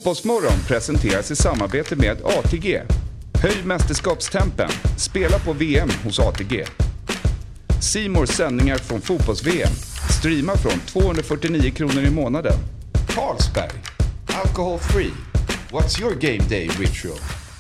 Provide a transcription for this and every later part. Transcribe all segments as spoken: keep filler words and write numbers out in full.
Fotbollsmorgon presenteras i samarbete med A T G. Höj mästerskapstempen. Spela på V M hos A T G. C More sändningar från fotbolls-V M. Streama från tvåhundrafyrtionio kronor i månaden. Carlsberg. Alcohol free. What's your game day ritual?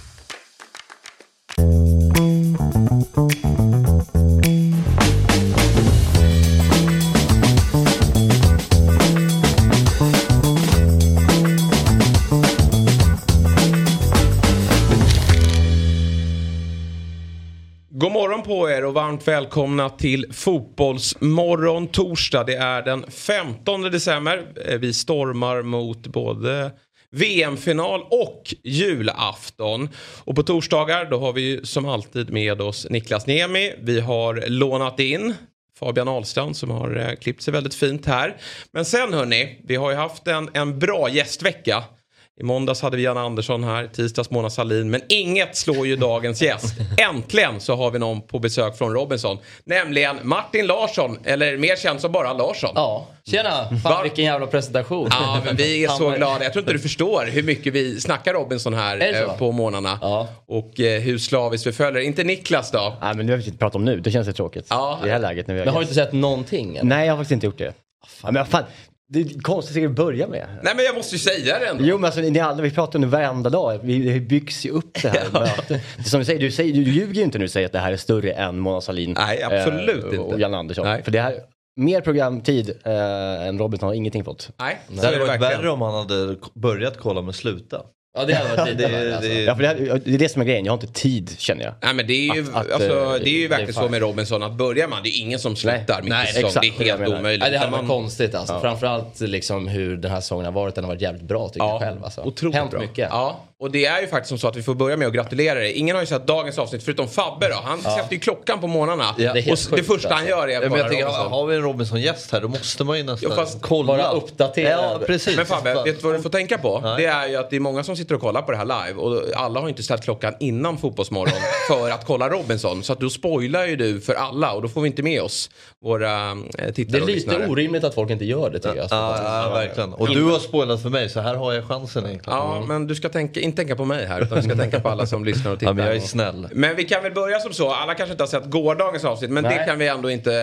God morgon på er och varmt välkomna till Fotbollsmorgon torsdag. Det är den femtonde december. Vi stormar mot både V M-final och julafton. Och på torsdagar då har vi som alltid med oss Niklas Niemi. Vi har lånat in Fabian Ahlstrand som har klippt sig väldigt fint här. Men sen hörni, vi har ju haft en, en bra gästvecka. I måndags hade vi Jan Andersson här, tisdags Mona Sahlin, men inget slår ju dagens gäst. Äntligen så har vi någon på besök från Robinson, nämligen Martin Larsson, eller mer känd som bara Larsson. Ja, tjena, fan Var... vilken jävla presentation. Ja, men vi är så glada. Jag tror inte du förstår hur mycket vi snackar Robinson här eh, på morgnarna. Ja. Och eh, hur slaviskt vi följer. Inte Niklas då? Nej, men det har vi inte pratat om nu, det känns ju tråkigt. Ja. I det här läget. När vi har men har du inte sett någonting? Eller? Nej, jag har faktiskt inte gjort det. Ja, men fan... Det är konstigt att börja med. Nej, men jag måste ju säga det ändå. Jo, men alltså, ni alla, vi pratar om det varenda dag. Vi, det byggs ju upp det här mötet. Som du säger, du, säger, du ljuger ju inte när du säger att det här är större än Mona Sahlin. Nej, absolut eh, inte. Och Jan Andersson. Nej. Nej. För det här, mer programtid eh, än Robinson har ingenting fått. Nej, det hade varit värre om han hade börjat kolla med sluta. Ja, det hade varit tid. det, alltså. Ja, för det, här, det är det som är grejen. Jag har inte tid, känner jag. Nej, men det är ju, att, att, alltså, det är ju verkligen så med Robinson att börjar man, det är ingen som slutar. Nej, nej exakt, det är helt omöjligt. Nej, det här var konstigt alltså. Ja. Framförallt liksom hur den här säsongen har varit. Den har varit jävligt bra tycker ja, jag själv. Alltså. Otroligt hänt bra. Mycket. Ja, och det är ju faktiskt som så att vi får börja med att gratulera dig. Ingen har ju sett dagens avsnitt förutom Fabbe då. Han ja. sätter ju klockan på morgnarna. Ja. Det och sjukt, det första han gör är att ja, kolla tänker, har vi en Robinson-gäst här då måste man ju nästan ja, fast kolla. Bara uppdatera. Ja, precis. Men Fabbe, vet du vad du får tänka på? Nej. Det är ju att det är många som sitter och kollar på det här live. Och alla har inte ställt klockan innan Fotbollsmorgon för att kolla Robinson. Så att då spoilar ju du för alla och då får vi inte med oss våra eh, tittare. Det är lite orimligt att folk inte gör det tycker jag. Ja, ja, ja, verkligen. Och du har spoilat för mig så här har jag chansen egentligen. Ja, mm. men du ska tänka, inte tänka på mig här utan du ska tänka på alla som lyssnar och tittar. Ja, men jag är snäll. Men vi kan väl börja som så. Alla kanske inte har sett gårdagens avsnitt men Nej. det kan vi ändå inte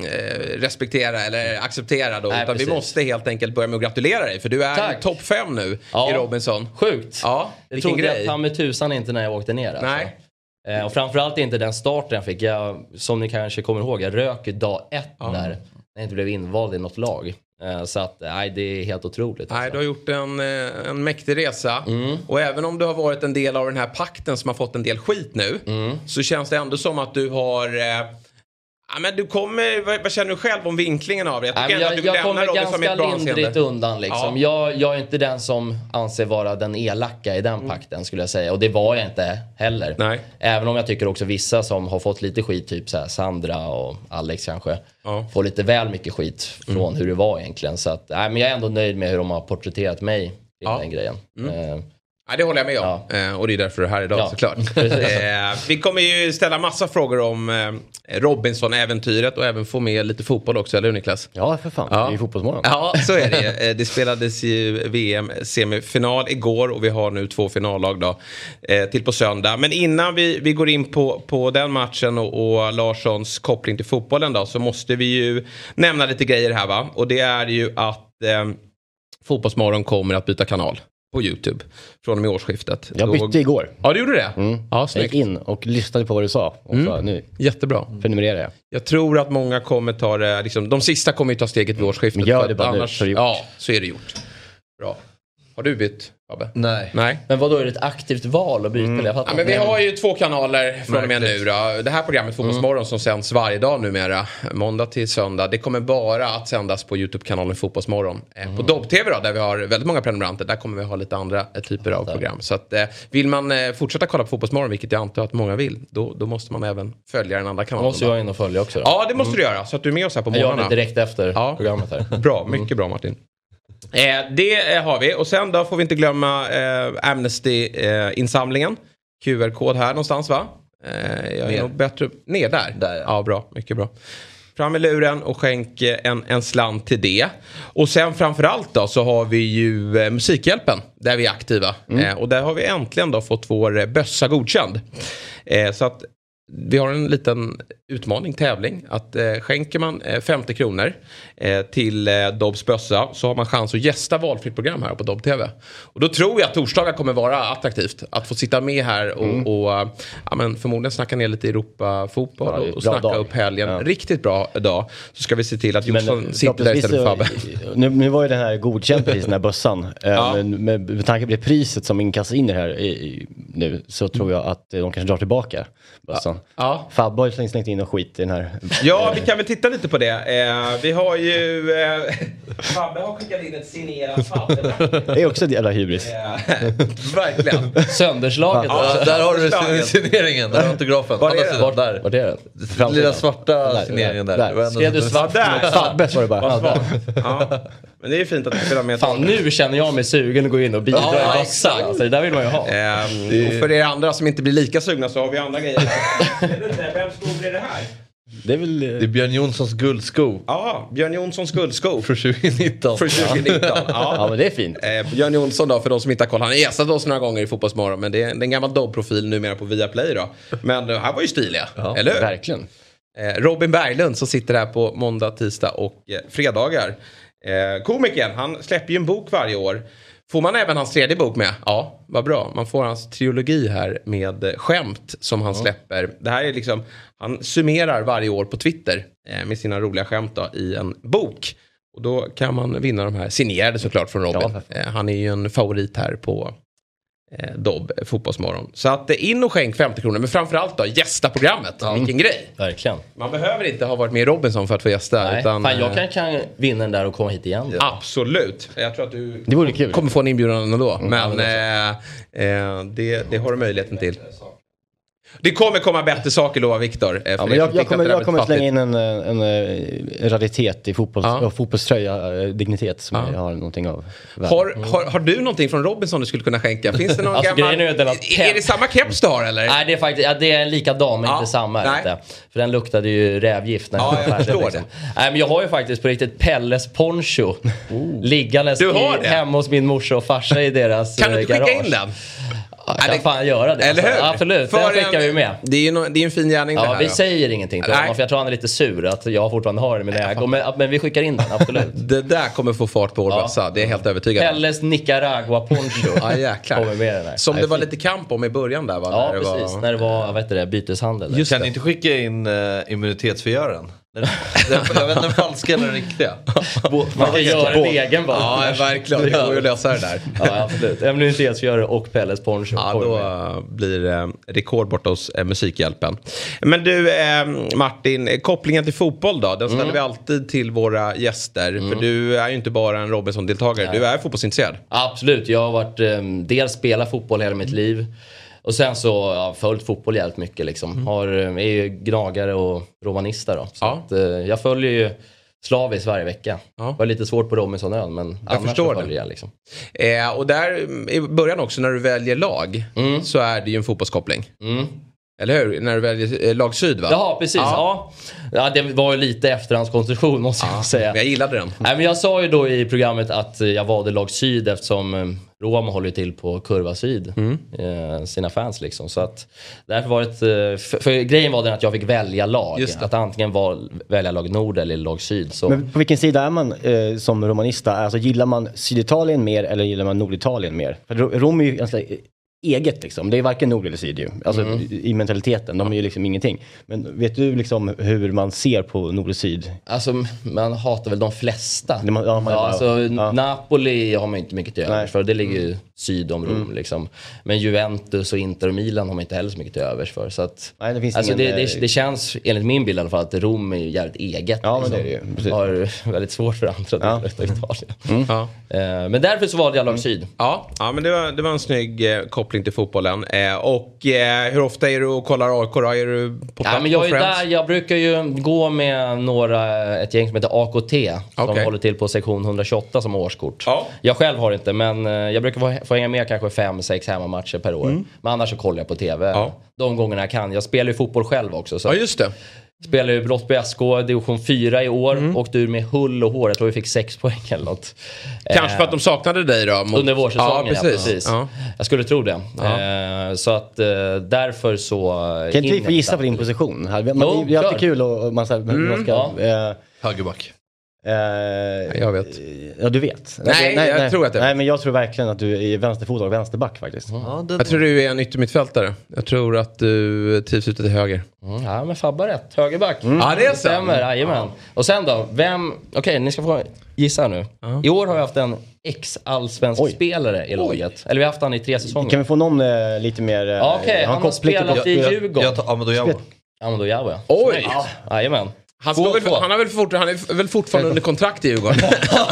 äh, respektera eller acceptera då. Nej, utan vi måste helt enkelt börja med att gratulera dig för du är topp fem nu ja. i Robinson. Sjukt. Ja, det trodde jag fan med tusan inte när jag åkte ner. Alltså. Nej. Eh, och framförallt inte den starten jag fick. Jag, som ni kanske kommer ihåg, jag rök dag ett ja. där. När jag inte blev invald i något lag. Eh, så att, nej, det är helt otroligt. Nej, alltså. du har gjort en, en mäktig resa. Mm. Och även om du har varit en del av den här pakten som har fått en del skit nu. Mm. Så känns det ändå som att du har... Eh, ja, men du kommer, vad, vad känner du själv om vinklingen av det? Jag, Nej, jag, att du jag kommer ganska lindrigt undan liksom. Ja. Jag, jag är inte den som anser vara den elaka i den mm. pakten skulle jag säga. Och det var jag inte heller. Nej. Även om jag tycker också vissa som har fått lite skit, typ så här Sandra och Alex kanske, ja. får lite väl mycket skit från mm. hur det var egentligen. Så att, nej, men jag är ändå nöjd med hur de har porträtterat mig i ja. den grejen. Mm. Uh, Ja, det håller jag med om. Ja. Eh, och det är därför du är här idag ja. såklart. eh, vi kommer ju ställa massa frågor om eh, Robinson-äventyret och även få med lite fotboll också, eller hur Niklas? Ja, för fan. Ja. Det är ju Fotbollsmorgon. Ja, så är det. Det spelades ju V M-semifinal igår och vi har nu två finallag då eh, till på söndag. Men innan vi, vi går in på, på den matchen och, och Larssons koppling till fotbollen då, så måste vi ju nämna lite grejer här va? Och det är ju att eh, Fotbollsmorgon kommer att byta kanal på YouTube från och med årsskiftet. Jag bytte Då... igår. Ja, du gjorde det? Mm. Ja, jag gick in och lyssnade på vad du sa. Och mm. så, nu jättebra. Prenumererar jag. Jag tror att många kommer ta det, liksom, de sista kommer ju ta steget vid årsskiftet. Men gör det bara annars, nu, så är det gjort. Ja, så är det gjort. Bra. Har du bytt, Fabbe? Nej. Nej. Men vad då är det ett aktivt val att byta? Mm. Jag ja, men vi har ju två kanaler från och med nu då. Det här programmet Fotbollsmorgon mm. som sänds varje dag numera. Måndag till söndag. Det kommer bara att sändas på YouTube-kanalen Fotbollsmorgon. Mm. På Dobb-T V då, där vi har väldigt många prenumeranter. Där kommer vi ha lite andra typer av program. Så att eh, vill man eh, fortsätta kolla på Fotbollsmorgon, vilket jag antar att många vill, då, då måste man även följa den andra kanalen. Då måste jag in och följa också då. Ja, det måste mm. du göra. Så att du är med oss här på morgonen. Jag gör det direkt efter ja. programmet här. Bra, mycket mm. bra Martin. Eh, det eh, har vi. Och sen då får vi inte glömma eh, Amnesty-insamlingen. Eh, Q R-kod här någonstans va? Eh, jag är nog bättre... Ner där. där ja. ja, bra. Mycket bra. Fram med luren och skänk en, en slant till det. Och sen framförallt då så har vi ju eh, Musikhjälpen där vi är aktiva. Mm. Eh, och där har vi äntligen då fått vår bössa godkänd. Eh, så att vi har en liten utmaning, tävling. Att eh, skänker man eh, femtio kronor eh, till eh, Dobbs bössa så har man chans att gästa valfritt program här på Dobb T V. Och då tror jag att torsdagar kommer vara attraktivt. Att få sitta med här och, mm. och uh, ja, men förmodligen snacka ner lite Europa-fotboll ja, och, och snacka dag. upp helgen. Ja. Riktigt bra dag. Så ska vi se till att Jonsson sitter där istället för Fabbe. Nu, nu var ju den här godkänd precis den här bössan. ja. Men med, med tanke på det priset som inkastas in här i, nu så tror jag att de kanske drar tillbaka bössan. Ja. Ja. Fabbe har ju slängt in och skit i den här. Ja, vi kan väl titta lite på det. Eh, vi har ju... Eh, Fabbe har skickat in ett signerat Fabbe. Det är också en jävla hybris. Eh, verkligen. Sönderslaget. Ja, ja, där har du signeringen, där har autografen. Var är det? Var där? Var det? Den lilla svarta där, signeringen där. där. Skrev du svart? Där. Fabbe var det bara. Ja, ja. Men det är ju fint att du spelar med. Fan, nu känner jag mig sugen att gå in och bidra. Ja, exakt. Alltså, det där vill man ju ha. Ehm, det... Och för er andra som inte blir lika sugna så har vi andra grejer. Vem skor blir det här? Det är väl... Det är Björn Jonssons guldsko. Ja, Björn Jonssons guldsko. För tjugonitton. För tjugonitton, ja. Ja, men det är fint. Eh, Björn Jonsson då, för de som inte har koll. Han har gästat oss några gånger i Fotbollsmorgon. Men det är en gammal Dobb-profil numera på Viaplay då. Men det här var ju stiliga, ja, eller hur? Verkligen. Eh, Robin Berglund som sitter här på måndag, tisdag och eh, fredagar. Eh, komikern, han släpper ju en bok varje år. Får man även hans tredje bok med? Ja, vad bra. Man får hans trilogi här med skämt som han släpper. Det här är liksom, han summerar varje år på Twitter eh, med sina roliga skämt då, i en bok. Och då kan man vinna de här signerade såklart från Robin. Ja, eh, han är ju en favorit här på eh, Dobb Fotbollsmorgon. Så att eh, in och skänk femtio kronor. Men framförallt då, gästa programmet. Ja. Vilken grej. Verkligen. Man behöver inte ha varit med i Robinson för att få gästa. Nej, utan, fan, jag kan, kan vinna den där och komma hit igen. Ja. Absolut. Jag tror att du det vore kul. kommer få en inbjudan ändå. Mm, men eh, eh, det, det har du möjligheten till. Det kommer komma bättre saker då, Viktor. Ja, men jag, jag kommer, jag kommer slänga in en, en, en raritet i fotbolls, ja. fotbollströja, dignitet som ja. jag har någonting av. Har, har, har du någonting från Robinson du skulle kunna skänka? Finns det någon alltså, gammal... Är, är, är det samma keps du har eller? Nej, det är faktiskt ja, det är en likadan men ja. inte samma. Inte. För den luktade ju rävgift. När ja, jag färdig, förstår liksom. det. Nej, men jag har ju faktiskt på riktigt Pelles poncho oh. liggandes i, hemma hos min morsa och farsa i deras garage. Kan du inte skicka in den? Jag kan fan göra det. Eller hur? Alltså. Absolut, det skickar vi med. Det är ju no, det är en fin gärning ja, det här. Vi då. säger ingenting till honom för jag tror han är lite sur att jag fortfarande har det i min ägo. Men, men vi skickar in den, absolut. Det där kommer få fart på vår ja. bössa, det är helt övertygad. Pelles Nicaragua poncho. Ja, jäklar. Kommer med den här. Som det var lite kamp om i början där, va? Ja, när precis. Var... När det var, vad heter det, byteshandel. Just kan ni inte skicka in uh, immunitetsförgöraren? Den, den, jag vet inte den falska eller den riktiga. Man kan göra en egen bara. Ja, verkligen. Det går ju att lösa det där. Ja, absolut. Immunitetsförgörare och Pelles poncho. Ja, då blir det eh, rekord borta hos eh, Musikhjälpen. Men du, eh, Martin, kopplingen till fotboll då? Den ställer mm. vi alltid till våra gäster. Mm. För du är ju inte bara en Robinson-deltagare. Nej. Du är fotbollsintresserad. Absolut. Jag har varit eh, dels spelat fotboll hela mitt liv. Och sen så har jag följt fotboll jävligt mycket liksom. Mm. Har, är ju gnagare och romanista då. Så ja. att, eh, jag följer ju slaviskt varje vecka. Ja. Det var lite svårt på Robinsonön men jag annars förstår så följer jag liksom. Eh, och där i början också när du väljer lag mm. så är det ju en fotbollskoppling. Mm. Eller hur? När du väljer lag syd va? Ja, precis. Ja. Ja. Ja, det var ju lite efterhandskonstruktion måste jag ja, säga. Jag gillade den. Nej, men jag sa ju då i programmet att jag valde lag syd eftersom Roma håller till på kurva syd. Mm. Eh, sina fans liksom. Så att därför var det... För, för grejen var den att jag fick välja lag. Att antingen var, välja lag nord eller lag syd. Så. Men på vilken sida är man eh, som romanista? Alltså gillar man Syditalien mer eller gillar man Norditalien mer? För Rom är ju ganska... eget liksom. Det är varken nord eller syd ju. Alltså mm. i mentaliteten. De är ju liksom ingenting. Men vet du liksom hur man ser på nord och syd? Alltså man hatar väl de flesta. Det man, ja, man, ja, alltså ja. Napoli har man inte mycket till övers för. Det ligger ju syd om Rom mm. liksom. Men Juventus och Inter och Milan har man inte heller så mycket till övers för. Så att, nej, det, finns alltså ingen, det, det, det känns enligt min bild i alla fall att Rom är ju jävligt eget. Ja, liksom. men det är det ju. Precis. Har väldigt svårt för andra ja. delar av Italien. Mm. Ja. Men därför så valde jag lag syd. Ja, ja men det var, det var en snygg eh, koppling till fotbollen. Eh, och eh, hur ofta är du och kollar A I K? Är du på plats? Ja, men jag är Friends? där. Jag brukar ju gå med några, ett gäng som heter A K T som okay. håller till på sektion etthundratjugoåtta som årskort. Ja. Jag själv har inte, men jag brukar få, få hänga med kanske fem, sex hemmamatcher per år. Mm. Men annars så kollar jag på tv. Ja. De gångerna jag kan. Jag spelar ju fotboll själv också. Så ja, just det. Spelade ju Brottby S K division fyra i år. Mm. Åkte ur med hull och hår. Jag tror vi fick sex poäng eller något. Kanske för att de saknade dig då? Mot... Under vårsäsongen, ja, precis. ja, precis. Ja. Jag skulle tro det. Ja. Eh, så att eh, därför så... Kan inte vi få gissa på din position? Man, no, det är alltid kul och man, mm. man ska... Ja. Eh, Högerback. Eh, jag vet. Ja, du vet. Nej, nej jag nej. tror att det. Nej, men jag tror verkligen att du är vänsterfot och vänsterback faktiskt. Mm. Ja, jag tror du är en yttermittfältare. Jag tror att du trivs ute till höger. Mm, ja, men Fabba rätt. Högerback. Mm. Ja, det är så. Stämmer, jajamän. Ja. Och sen då, vem... Okej, okay, ni ska få gissa nu. Uh-huh. I år har vi haft en ex-allsvensk Oj. spelare i laget. Eller vi har haft han i tre säsonger. Kan vi få någon eh, lite mer... Eh, ja, okej. Okay. Han har spelat i Djurgården. Jag tar Amadou Jawa. Amadou Jawa. Oj! Ja, jajamän. Han, två, väl, han, är väl fort, han är väl fortfarande under kontrakt i Djurgården.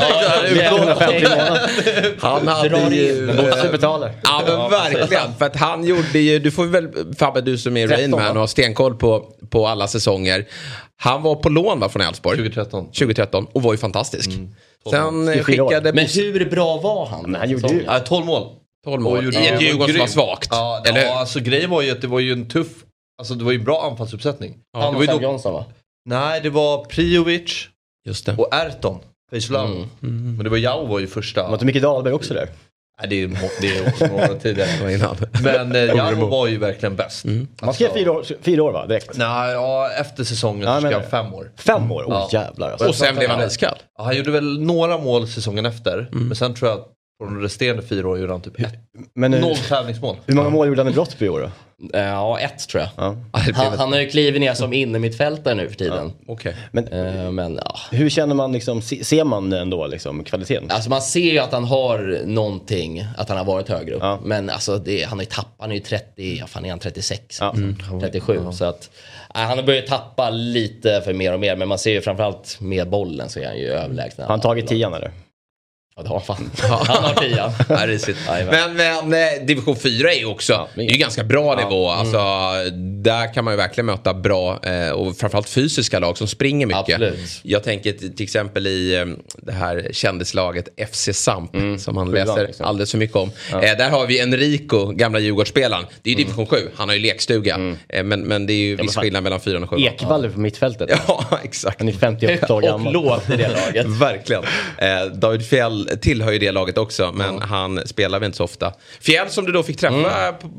Han hade ju... betalar. Ja, men verkligen. För att han gjorde ju... Du får väl... Fabbe, du som är Rainman och har stenkoll på, på alla säsonger. Han var på lån va, från Elfsborg. tjugo tretton Och var ju fantastisk. Mm. Sen skickade... Men hur bra var han? Men han gjorde ju... Ja, tolv mål. tolv mål. I ett Djurgården som var svagt. Ja, eller? Ja, alltså grejen var ju att det var ju en tuff... Alltså det var ju bra anfallsuppsättning. Ja. Han det var ju då... Jonsson va? Nej, det var Priovic Just det. och Erton. Mm. Mm. Men det var Jao var ju första. Var inte Micke Dahlberg också där? Nej, det är, det är också några tidigare. Men eh, Jao var ju verkligen bäst. Mm. Man skrev fyra år, fyra år va? Direkt. Nej, ja, efter säsongen ja, så skrev han fem år. Fem år? Oh, ja. Jävlar. Alltså. Och sen blev han iskall. Ja, han gjorde väl några mål säsongen efter. Mm. Men sen tror jag att på de resterande fyra år gjorde han typ ett. Men, noll tävlingsmål. Hur många mål gjorde han i Brottby i år då? Ja, ett tror jag. Ja. Han, han har ju klivit ner som innermittfältare nu för tiden. Ja, okay. Men, uh, men ja. Hur känner man liksom, ser man ändå liksom kvaliteten? Alltså man ser ju att han har någonting, att han har varit högre upp. Ja. Men alltså det, han har ju tappat, han är ju trettio, ja, fan är han trettiosex? Ja. Mm. trettiosju. Ja. Så att äh, han har börjat tappa lite för mer och mer. Men man ser ju framförallt med bollen så är han ju överlägsen. Har han tagit tian eller? Ja, det har fan. Han har tian. men, men division fyra är ju också ja, det är ju ganska bra ja. nivå. Alltså, mm. Där kan man ju verkligen möta bra eh, och framförallt fysiska lag som springer mycket. Absolut. Jag tänker till exempel i um, det här kändislaget F C Samp mm. som man läser liksom. alldeles för mycket om. Ja. Eh, där har vi Enrico, gamla Djurgårdsspelaren. Det är ju division mm. sju. Han har ju lekstuga. Mm. Eh, men, men det är ju ja, viss skillnad mellan fyra och sju. Ekvall är på mittfältet. Ja, exakt. Han är femtioåtta år gammal. Och låt i det laget. Verkligen. Eh, David Fjäll tillhör ju det laget också, men mm. han spelar väl inte så ofta. Fjäll som du då fick träffa mm. på,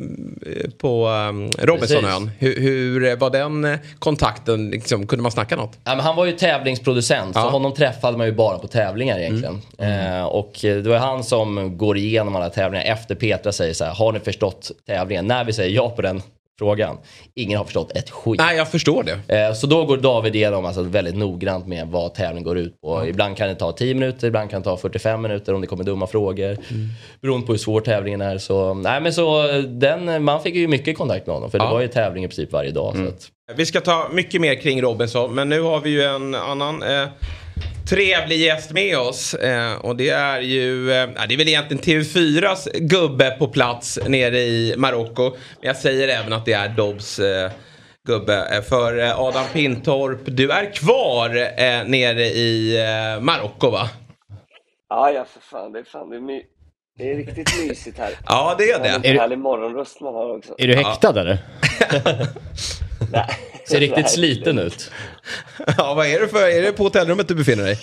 på um, Robinsonön. Hur, hur var den kontakten? Liksom, kunde man snacka något? Ja, men han var ju tävlingsproducent, ja. Så honom träffade man ju bara på tävlingar egentligen. Mm. Eh, och det var han som går igenom alla tävlingar efter Petra säger så här: har ni förstått tävlingen? När vi säger ja på den frågan. Ingen har förstått ett skit. Nej, jag förstår det. Eh, så då går David igenom alltså, väldigt noggrant med vad tävlingen går ut på. Mm. Ibland kan det ta tio minuter, ibland kan det ta fyrtiofem minuter om det kommer dumma frågor. Mm. Beroende på hur svår tävlingen är. Så, nej, men så, den, man fick ju mycket kontakt med honom. För ja. det var ju tävling i princip varje dag. Mm. Så att... Vi ska ta mycket mer kring Robinson. Men nu har vi ju en annan... Eh... trevlig gäst med oss eh, och det är ju eh, det är väl egentligen T V fyras gubbe på plats nere i Marocko. Men jag säger även att det är Dobbs eh, gubbe för eh, Adam Pintorp. Du är kvar eh, nere i eh, Marocko va? Ja, ja för fan, det är fan det är, my- det är riktigt mysigt här. Ja, det är det. Det är en härlig morgonröst man har också. Är du häktad ja. eller? Nej. Ser riktigt Nej, sliten ut. Ja, vad är det för? Är det på hotellrummet du befinner dig?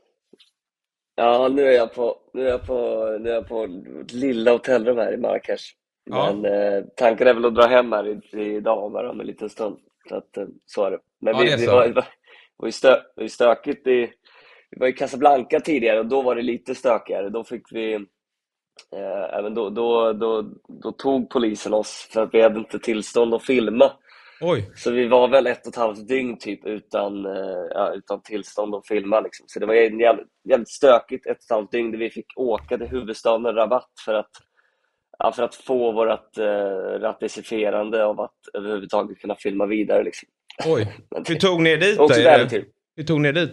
Ja, nu är jag på nu är jag på nu är jag på ett lilla hotellrum här i Marrakesh. Ja. Men eh, tanken är väl att dra hem här i, idag bara om en liten stund. Så att eh, så är det. Men ja, vi, det vi så. var, var, var ju stö, var ju stökigt i vi var i Casablanca tidigare och då var det lite stökigare. Då fick vi eh, även då, då då då tog polisen oss för att vi hade inte tillstånd att filma. Oj. Så vi var väl ett och ett halvt dygn typ utan, ja, utan tillstånd att filma liksom. Så det var jävligt, jävligt stökigt ett och ett halvt dygn där vi fick åka till huvudstaden Rabat för att, ja, för att få vårt uh, ratificerande av att överhuvudtaget kunna filma vidare liksom. Oj, hur tog ni dit då? Hur tog ni dit?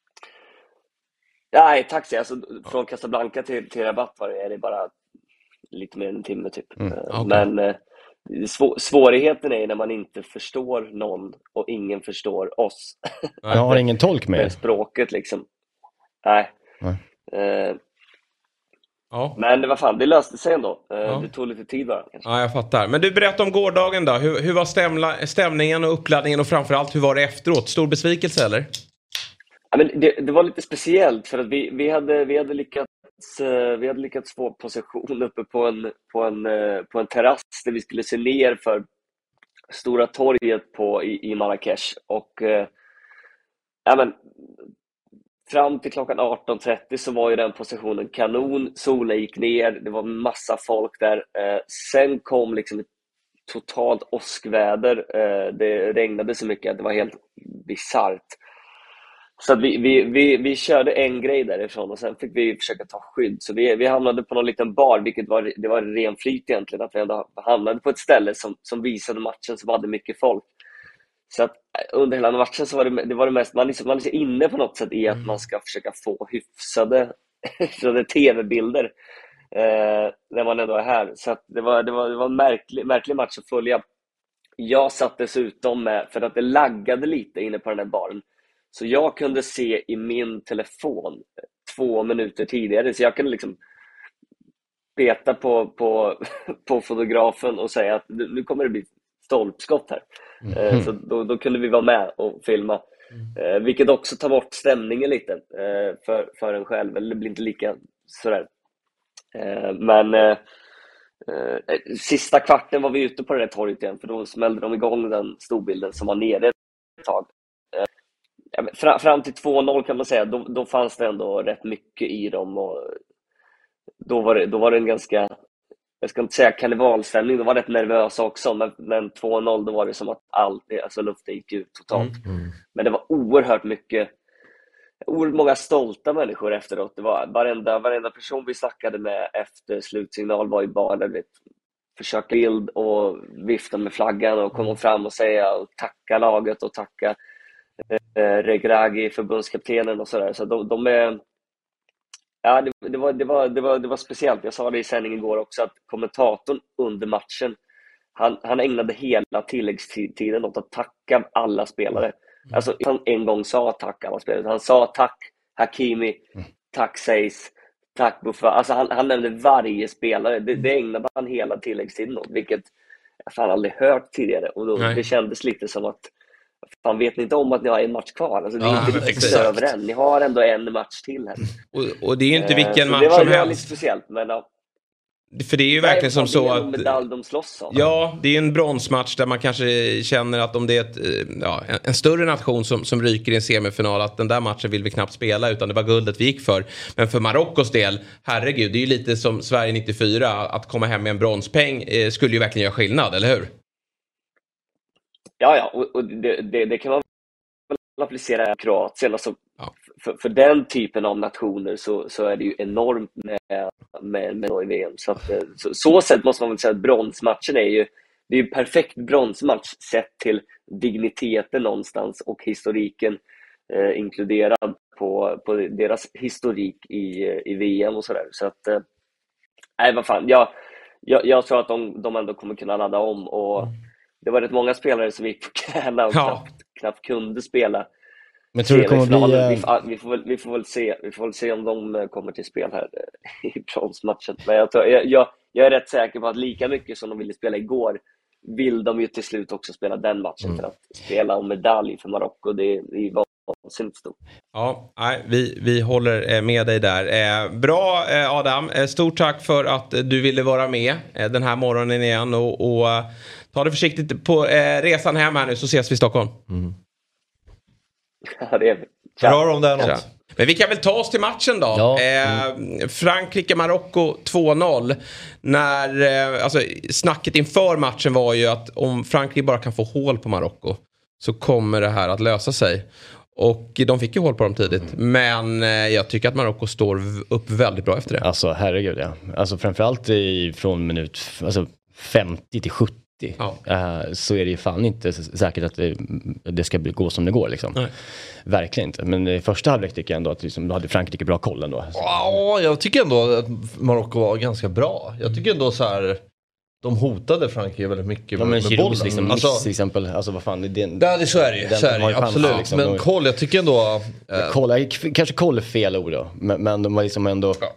Nej, taxi. Alltså, från Casablanca till, till Rabat var det, är det bara lite mer än en timme typ. Mm, okay. Men uh, Svå- svårigheten är när man inte förstår någon och ingen förstår oss. Jag har ingen tolk med. med språket liksom. Nej. Nej. Eh, Ja. Men det var fan, det löste sig ändå. Ja. Det tog lite tid bara. Kanske. Ja, jag fattar. Men du, berättade om gårdagen då. Hur, hur var stämla, stämningen och uppladdningen och framförallt hur var det efteråt? Stor besvikelse eller? Ja, men det, det var lite speciellt för att vi, vi, hade, vi, hade lyckats, vi hade lyckats få position uppe på en, på en, på en terrass där vi skulle se ner för Stora torget på, i, i Marrakesh. Och ja, men, fram till klockan arton trettio så var ju den positionen kanon. Solen gick ner, det var massa folk där. Eh, sen kom liksom ett totalt åskväder. Eh, det regnade så mycket att det var helt bisarrt. Så att vi, vi, vi, vi körde en grej därifrån och sen fick vi försöka ta skydd. Så vi, vi hamnade på någon liten bar, vilket var, det var ren flyt egentligen. Att vi ändå hamnade på ett ställe som, som visade matchen, som hade mycket folk. Så att under hela matchen så var det, det, var det mest, man, liksom, man är så inne på något sätt i att man ska försöka få hyfsade, hyfsade tv-bilder eh, när man ändå är här. Så att det var, det var, det var en märklig, märklig match att följa. Jag satt dessutom med, för att det laggade lite inne på den här baren. Så jag kunde se i min telefon två minuter tidigare. Så jag kunde liksom peta på, på, på fotografen och säga att nu kommer det bli stolpskott här. Mm. Så då, då kunde vi vara med och filma. Mm. Vilket också tar bort stämningen lite för, för en själv. Eller det blir inte lika sådär. Men sista kvarten var vi ute på det där torget igen. För då smällde de igång den storbilden som var nere ett tag. Fram till två noll kan man säga, då, då fanns det ändå rätt mycket i dem. Och då, var det, då var det en ganska, jag ska inte säga karnevalstämning, då var rätt nervös också. Men, men två noll, då var det som att allt, alltså luften gick ut totalt. Mm, mm. Men det var oerhört mycket, oerhört många stolta människor efteråt. Det var varenda, varenda person vi snackade med efter slutsignal var ju bara vet, försöka bild och vifta med flaggan och komma fram och säga och tacka laget och tacka eh, Regragui, förbundskaptenen och sådär. Så de, de är ja, det, det, var, det, var, det, var, det var speciellt. Jag sa det i sändningen igår också att kommentatorn under matchen han, han ägnade hela tilläggstiden åt att tacka alla spelare. Alltså han en gång sa tack alla spelare. Han sa tack Hakimi, tack Seis, tack Buffa. Alltså han, han nämnde varje spelare. Det, det ägnade han hela tilläggstiden åt, vilket jag fan aldrig hört tidigare. Och då, det kändes lite som att fan, vet ni inte om att ni har en match kvar? Alltså, det är ja, inte riktigt över än. Ni har ändå en match till här. Och, och det är ju inte vilken uh, match det var, som det var helst. lite speciellt, men ja. För det är ju verkligen som så att medalj de slåss om. Ja, det är en bronsmatch där man kanske känner att om det är ett, ja, en, en större nation som, som ryker i en semifinal, att den där matchen vill vi knappt spela, utan det var guldet vi gick för. Men för Marockos del, herregud, det är ju lite som Sverige nittiofyra, att komma hem med en bronspeng eh, skulle ju verkligen göra skillnad, eller hur? Ja, ja, och, och det, det, det kan man applicera i Kroatien. Alltså, ja. för, för den typen av nationer så, så är det ju enormt med, med, med i V M. Så, att, så, så sätt måste man väl säga att bronsmatchen är ju, det är ju perfekt bronsmatch sett till digniteten någonstans och historiken eh, inkluderad på, på deras historik i, i V M och sådär. Så att, eh, nej vad fan, jag, jag, jag tror att de, de ändå kommer kunna ladda om och mm. Det var rätt många spelare som gick på knäna och ja. knappt, knappt kunde spela. Men tror det kommer bli... Vi, vi, får väl, vi får väl se. Vi får väl se om de kommer till spel här i bronsmatchen. Men jag, tror, jag, jag, jag är rätt säker på att lika mycket som de ville spela igår vill de ju till slut också spela den matchen. Mm. För att spela om medalj för Marocko, det är vansinnigt stort. Ja, nej, vi, vi håller med dig där. Eh, bra Adam, stort tack för att du ville vara med den här morgonen igen och, och ta det försiktigt på eh, resan hem här nu, så ses vi i Stockholm. Mm. Ja, det är vi. Bra om det är något. Ja. Men vi kan väl ta oss till matchen då. Ja. Mm. Eh, Frankrike-Marocko två noll. När, eh, alltså, snacket inför matchen var ju att om Frankrike bara kan få hål på Marocko så kommer det här att lösa sig. Och de fick ju hål på dem tidigt. Mm. Men eh, jag tycker att Marocko står upp väldigt bra efter det. Alltså herregud ja. Alltså framförallt i, från minut alltså, femtio till sjuttio. Ja. Uh, så är det ju fan inte säkert att det, det ska gå som det går liksom. Nej. Verkligen inte. Men i första halvlek tycker jag ändå att liksom, då hade Frankrike bra koll ändå. Ja, jag tycker ändå att Marocko var ganska bra. Jag tycker ändå så här, de hotade Frankrike väldigt mycket med, med, med bollen. Liksom, alltså, till exempel. Alltså vad fan. Det, ja, det så är det ju. Så är det, absolut. Liksom, men koll, jag tycker ändå... Äh, koll, kanske koll är fel ord då. Men, men de var liksom ändå... Ja.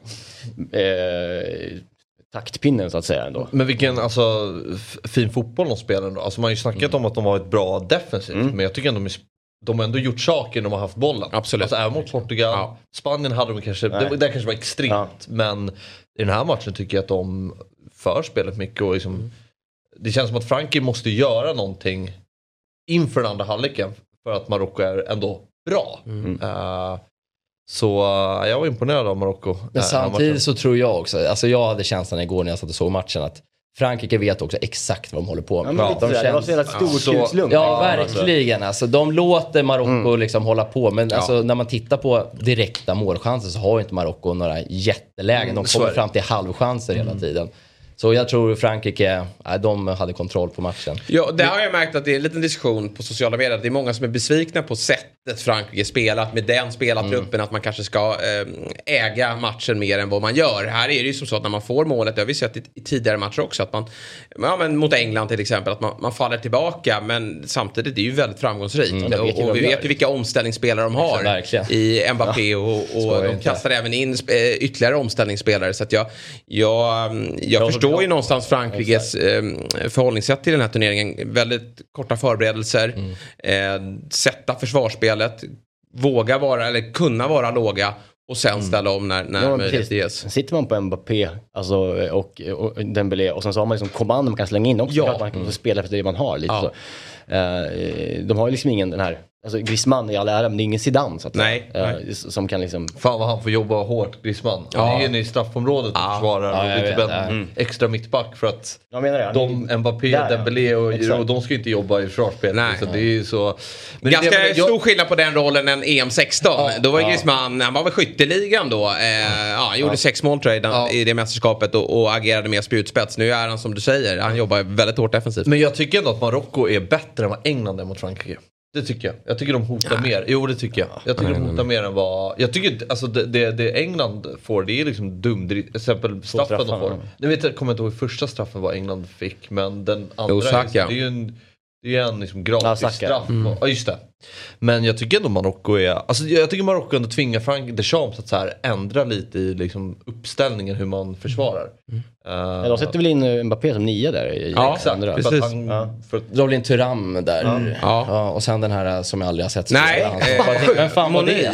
Eh, taktpinnen så att säga ändå. Men vilken alltså, f- fin fotboll de spelar ändå. Alltså man har ju snackat mm. om att de har ett bra defensivt. Mm. Men jag tycker ändå de, de har ändå gjort saker när de har haft bollen. Absolut. Alltså även mot Portugal. Ja. Spanien hade de kanske, det, det kanske var extremt. Ja. Men i den här matchen tycker jag att de för spelet mycket. Och liksom, mm. det känns som att Frankrike måste göra någonting inför den andra halvleken. För att Marocko är ändå bra. Mm. Uh, Så uh, jag var imponerad av Marocko. Men samtidigt så tror jag också, alltså jag hade känslan igår när jag satt och såg matchen att Frankrike vet också exakt vad de håller på med. Ja, de känns, det var så stor storslump. Ja, verkligen. Alltså, de låter Marocko mm. liksom hålla på. Men ja. alltså, när man tittar på direkta målchanser så har inte Marocko några jättelägen. De kommer fram till halvchanser mm. hela tiden. Så jag tror Frankrike, äh, de hade kontroll på matchen. Ja, det har jag märkt att det är en liten diskussion på sociala medier. Det är många som är besvikna på sättet Frankrike spelat med den spelartruppen. Mm. Att man kanske ska äh, äga matchen mer än vad man gör. Här är det ju som så att när man får målet, jag har vi sett i, i tidigare matcher också, att man, ja, men mot England till exempel, att man, man faller tillbaka. Men samtidigt är det ju väldigt framgångsrikt. Mm. Och, och vi vet ju vilka omställningsspelare de har verkligen. I Mbappé. Ja. Och, och de kastar även in äh, ytterligare omställningsspelare. Så att jag, jag, jag, jag förstår ju någonstans Frankrikes eh, förhållningssätt till den här turneringen. Väldigt korta förberedelser. Mm. Eh, sätta försvarsspelet. Våga vara, eller kunna vara låga. Och sen mm. ställa om när, när ja, möjlighet ges. Sitter man på Mbappé alltså, och, och Dembélé och sen så har man liksom kommando man kan slänga in också. Ja. Man kan mm. spela efter det man har. Lite ja. så. Eh, de har ju liksom ingen den här... Alltså Griezmann i all ära, men det är ingen Zidane så att nej, säga, nej. Som kan liksom... Fan vad han får jobba hårt, Griezmann. Ja. Han är inne i straffområdet och ja. försvarar ja, och lite vet, en mm. extra mittback för att jag menar det, de, Mbappé, där, Dembélé och, och de ska ju inte jobba i försvarsspelet. Nej. Så det är ju så... Men ganska det, stor jag... skillnad på den rollen än E M sexton. Ja. Då var ja. Griezmann, han var väl skytteligan då. Eh, ja, han gjorde ja. sex mål tror jag, ja. i det mästerskapet och, och agerade med spjutspets. Nu är han som du säger, han jobbar väldigt hårt defensivt. Men jag tycker ändå att Marocko är bättre än vad England är mot Frankrike. Det tycker jag. Jag tycker de hotar ja. mer. Jo, det tycker jag. Jag tycker mm. de hotar mer än vad... Jag tycker alltså det, det, det England får, det är liksom dumt. Till exempel straffen de får. Nu vet jag, kommer inte ihåg första straffen vad England fick, men den andra Osaka. Är, det är ju en, det är en liksom gratis Osaka. straff. Mm. Ja, just det. Men jag tycker ändå Marocko är... Alltså jag tycker Marocko ändå tvingar Frank Deschamps att så här ändra lite i liksom uppställningen hur man försvarar. Mm. Uh, de sätter väl in Mbappé som nia där i ja, exakt, precis. För han, ja. för Då blir en Thuram där. Mm. Ja. Ja, och sen den här som jag aldrig har sett. Nej, eh, vem fan var det?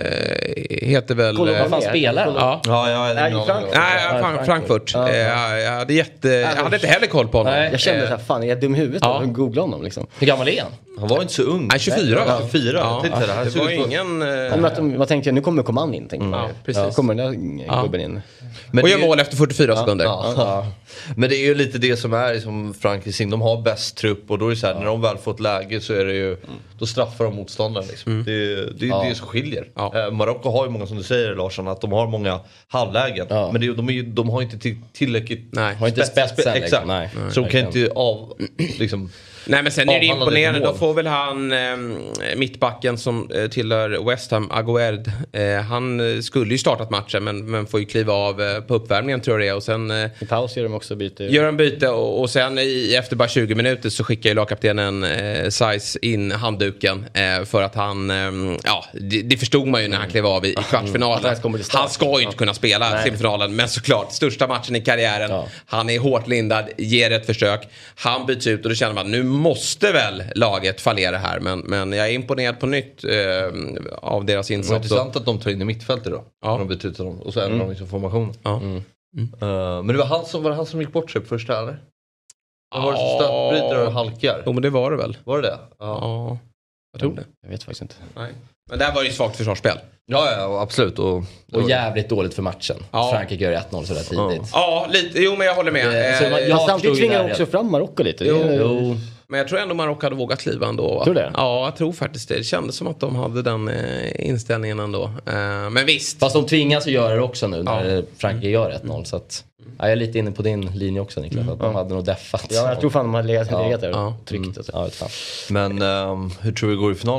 Eh, heter väl... Kolla vad fan spelar. Ja, ja, ja Nej, Frank- Nej, Frank- Frankfurt. Ja. Eh, jag, hade jätte, jag hade inte heller koll på honom. Nej. Jag kände såhär, fan är jag dum i huvudet? Ja. Googla honom liksom. Hur gammal är han? Han var inte så ung. Nej, tjugofyra. Ja, tjugofyra. Ja. Jag tänkte, Ja. Det, det var ingen... Uh... Att de, vad tänkte jag, nu kommer Coman in. Tänkte mm. ja, precis. Ja, kommer den där gubben in. Men och gör mål efter fyrtiofyra sekunder. Ja, ja. Men det är ju lite det som är liksom Frankrike, de har bäst trupp och då är det så här, ja. när de väl fått läge så är det ju, då straffar de motståndaren liksom. Mm. Det, det är ja. det som skiljer. Ja. Eh, Marocko har ju många, som du säger Larsson, att de har många halvlägen. Ja. Men det, de, är, de har inte till, tillräckligt... Nej, har inte spetsen. Exakt. Nej. Så de kan inte av... Liksom, nej, men sen är det imponerande. Då får väl han eh, mittbacken som eh, tillhör West Ham, Aguerd. Eh, han skulle ju startat matchen men, men får ju kliva av eh, på uppvärmningen tror jag det är. Och sen eh, i paus gör de också byte. Gör en byte och, och sen i, efter bara tjugo minuter så skickar ju lagkaptenen eh, Saiz in handduken eh, för att han, eh, ja det, det förstod man ju när han klev av i, i kvartsfinalen. Mm. Han ska ju inte kunna spela Nej. semifinalen, men såklart största matchen i karriären. Ja. Han är hårt lindad, ger ett försök. Han byts ut och då känner man nu måste väl laget fallera här, men, men jag är imponerad på nytt eh, av deras insats. Det är intressant att de tar in i mittfältet då. Ja. De byter ut dem och så ändrar mm. de liksom formation. Ja. Mm. Mm. Uh, men det var han som, var det han som gick bort sig på första eller? Ja. Var det som stötbryter och halkar? Jo, men det var det väl. Var det det? Ja. ja. Jag tror det. Jag vet faktiskt inte. Nej. Men där var det ju svagt försvarsspel. Ja, ja, absolut. Och, och jävligt dåligt för matchen. Ja. Frankrike gör ett noll sådär tidigt. Ja, lite. Jo, men jag håller med. Det, så man, jag samtidigt tvingar också fram Marocko lite. Jo. jo. Men jag tror ändå Marocko hade vågat kliva ändå. Tror det? Ja, jag tror faktiskt det. Det kändes som att de hade den eh, inställningen ändå. Eh, men visst. Fast de tvingas att göra det också nu när ja. Frankrike gör ett noll. Så att, ja, jag är lite inne på din linje också Niklas. Mm. Att de hade nog deffat. Ja, jag tror fan de hade legat, ja. legat där och ja. tryckt. Mm. Ja, men um, hur tror vi går i finalen då?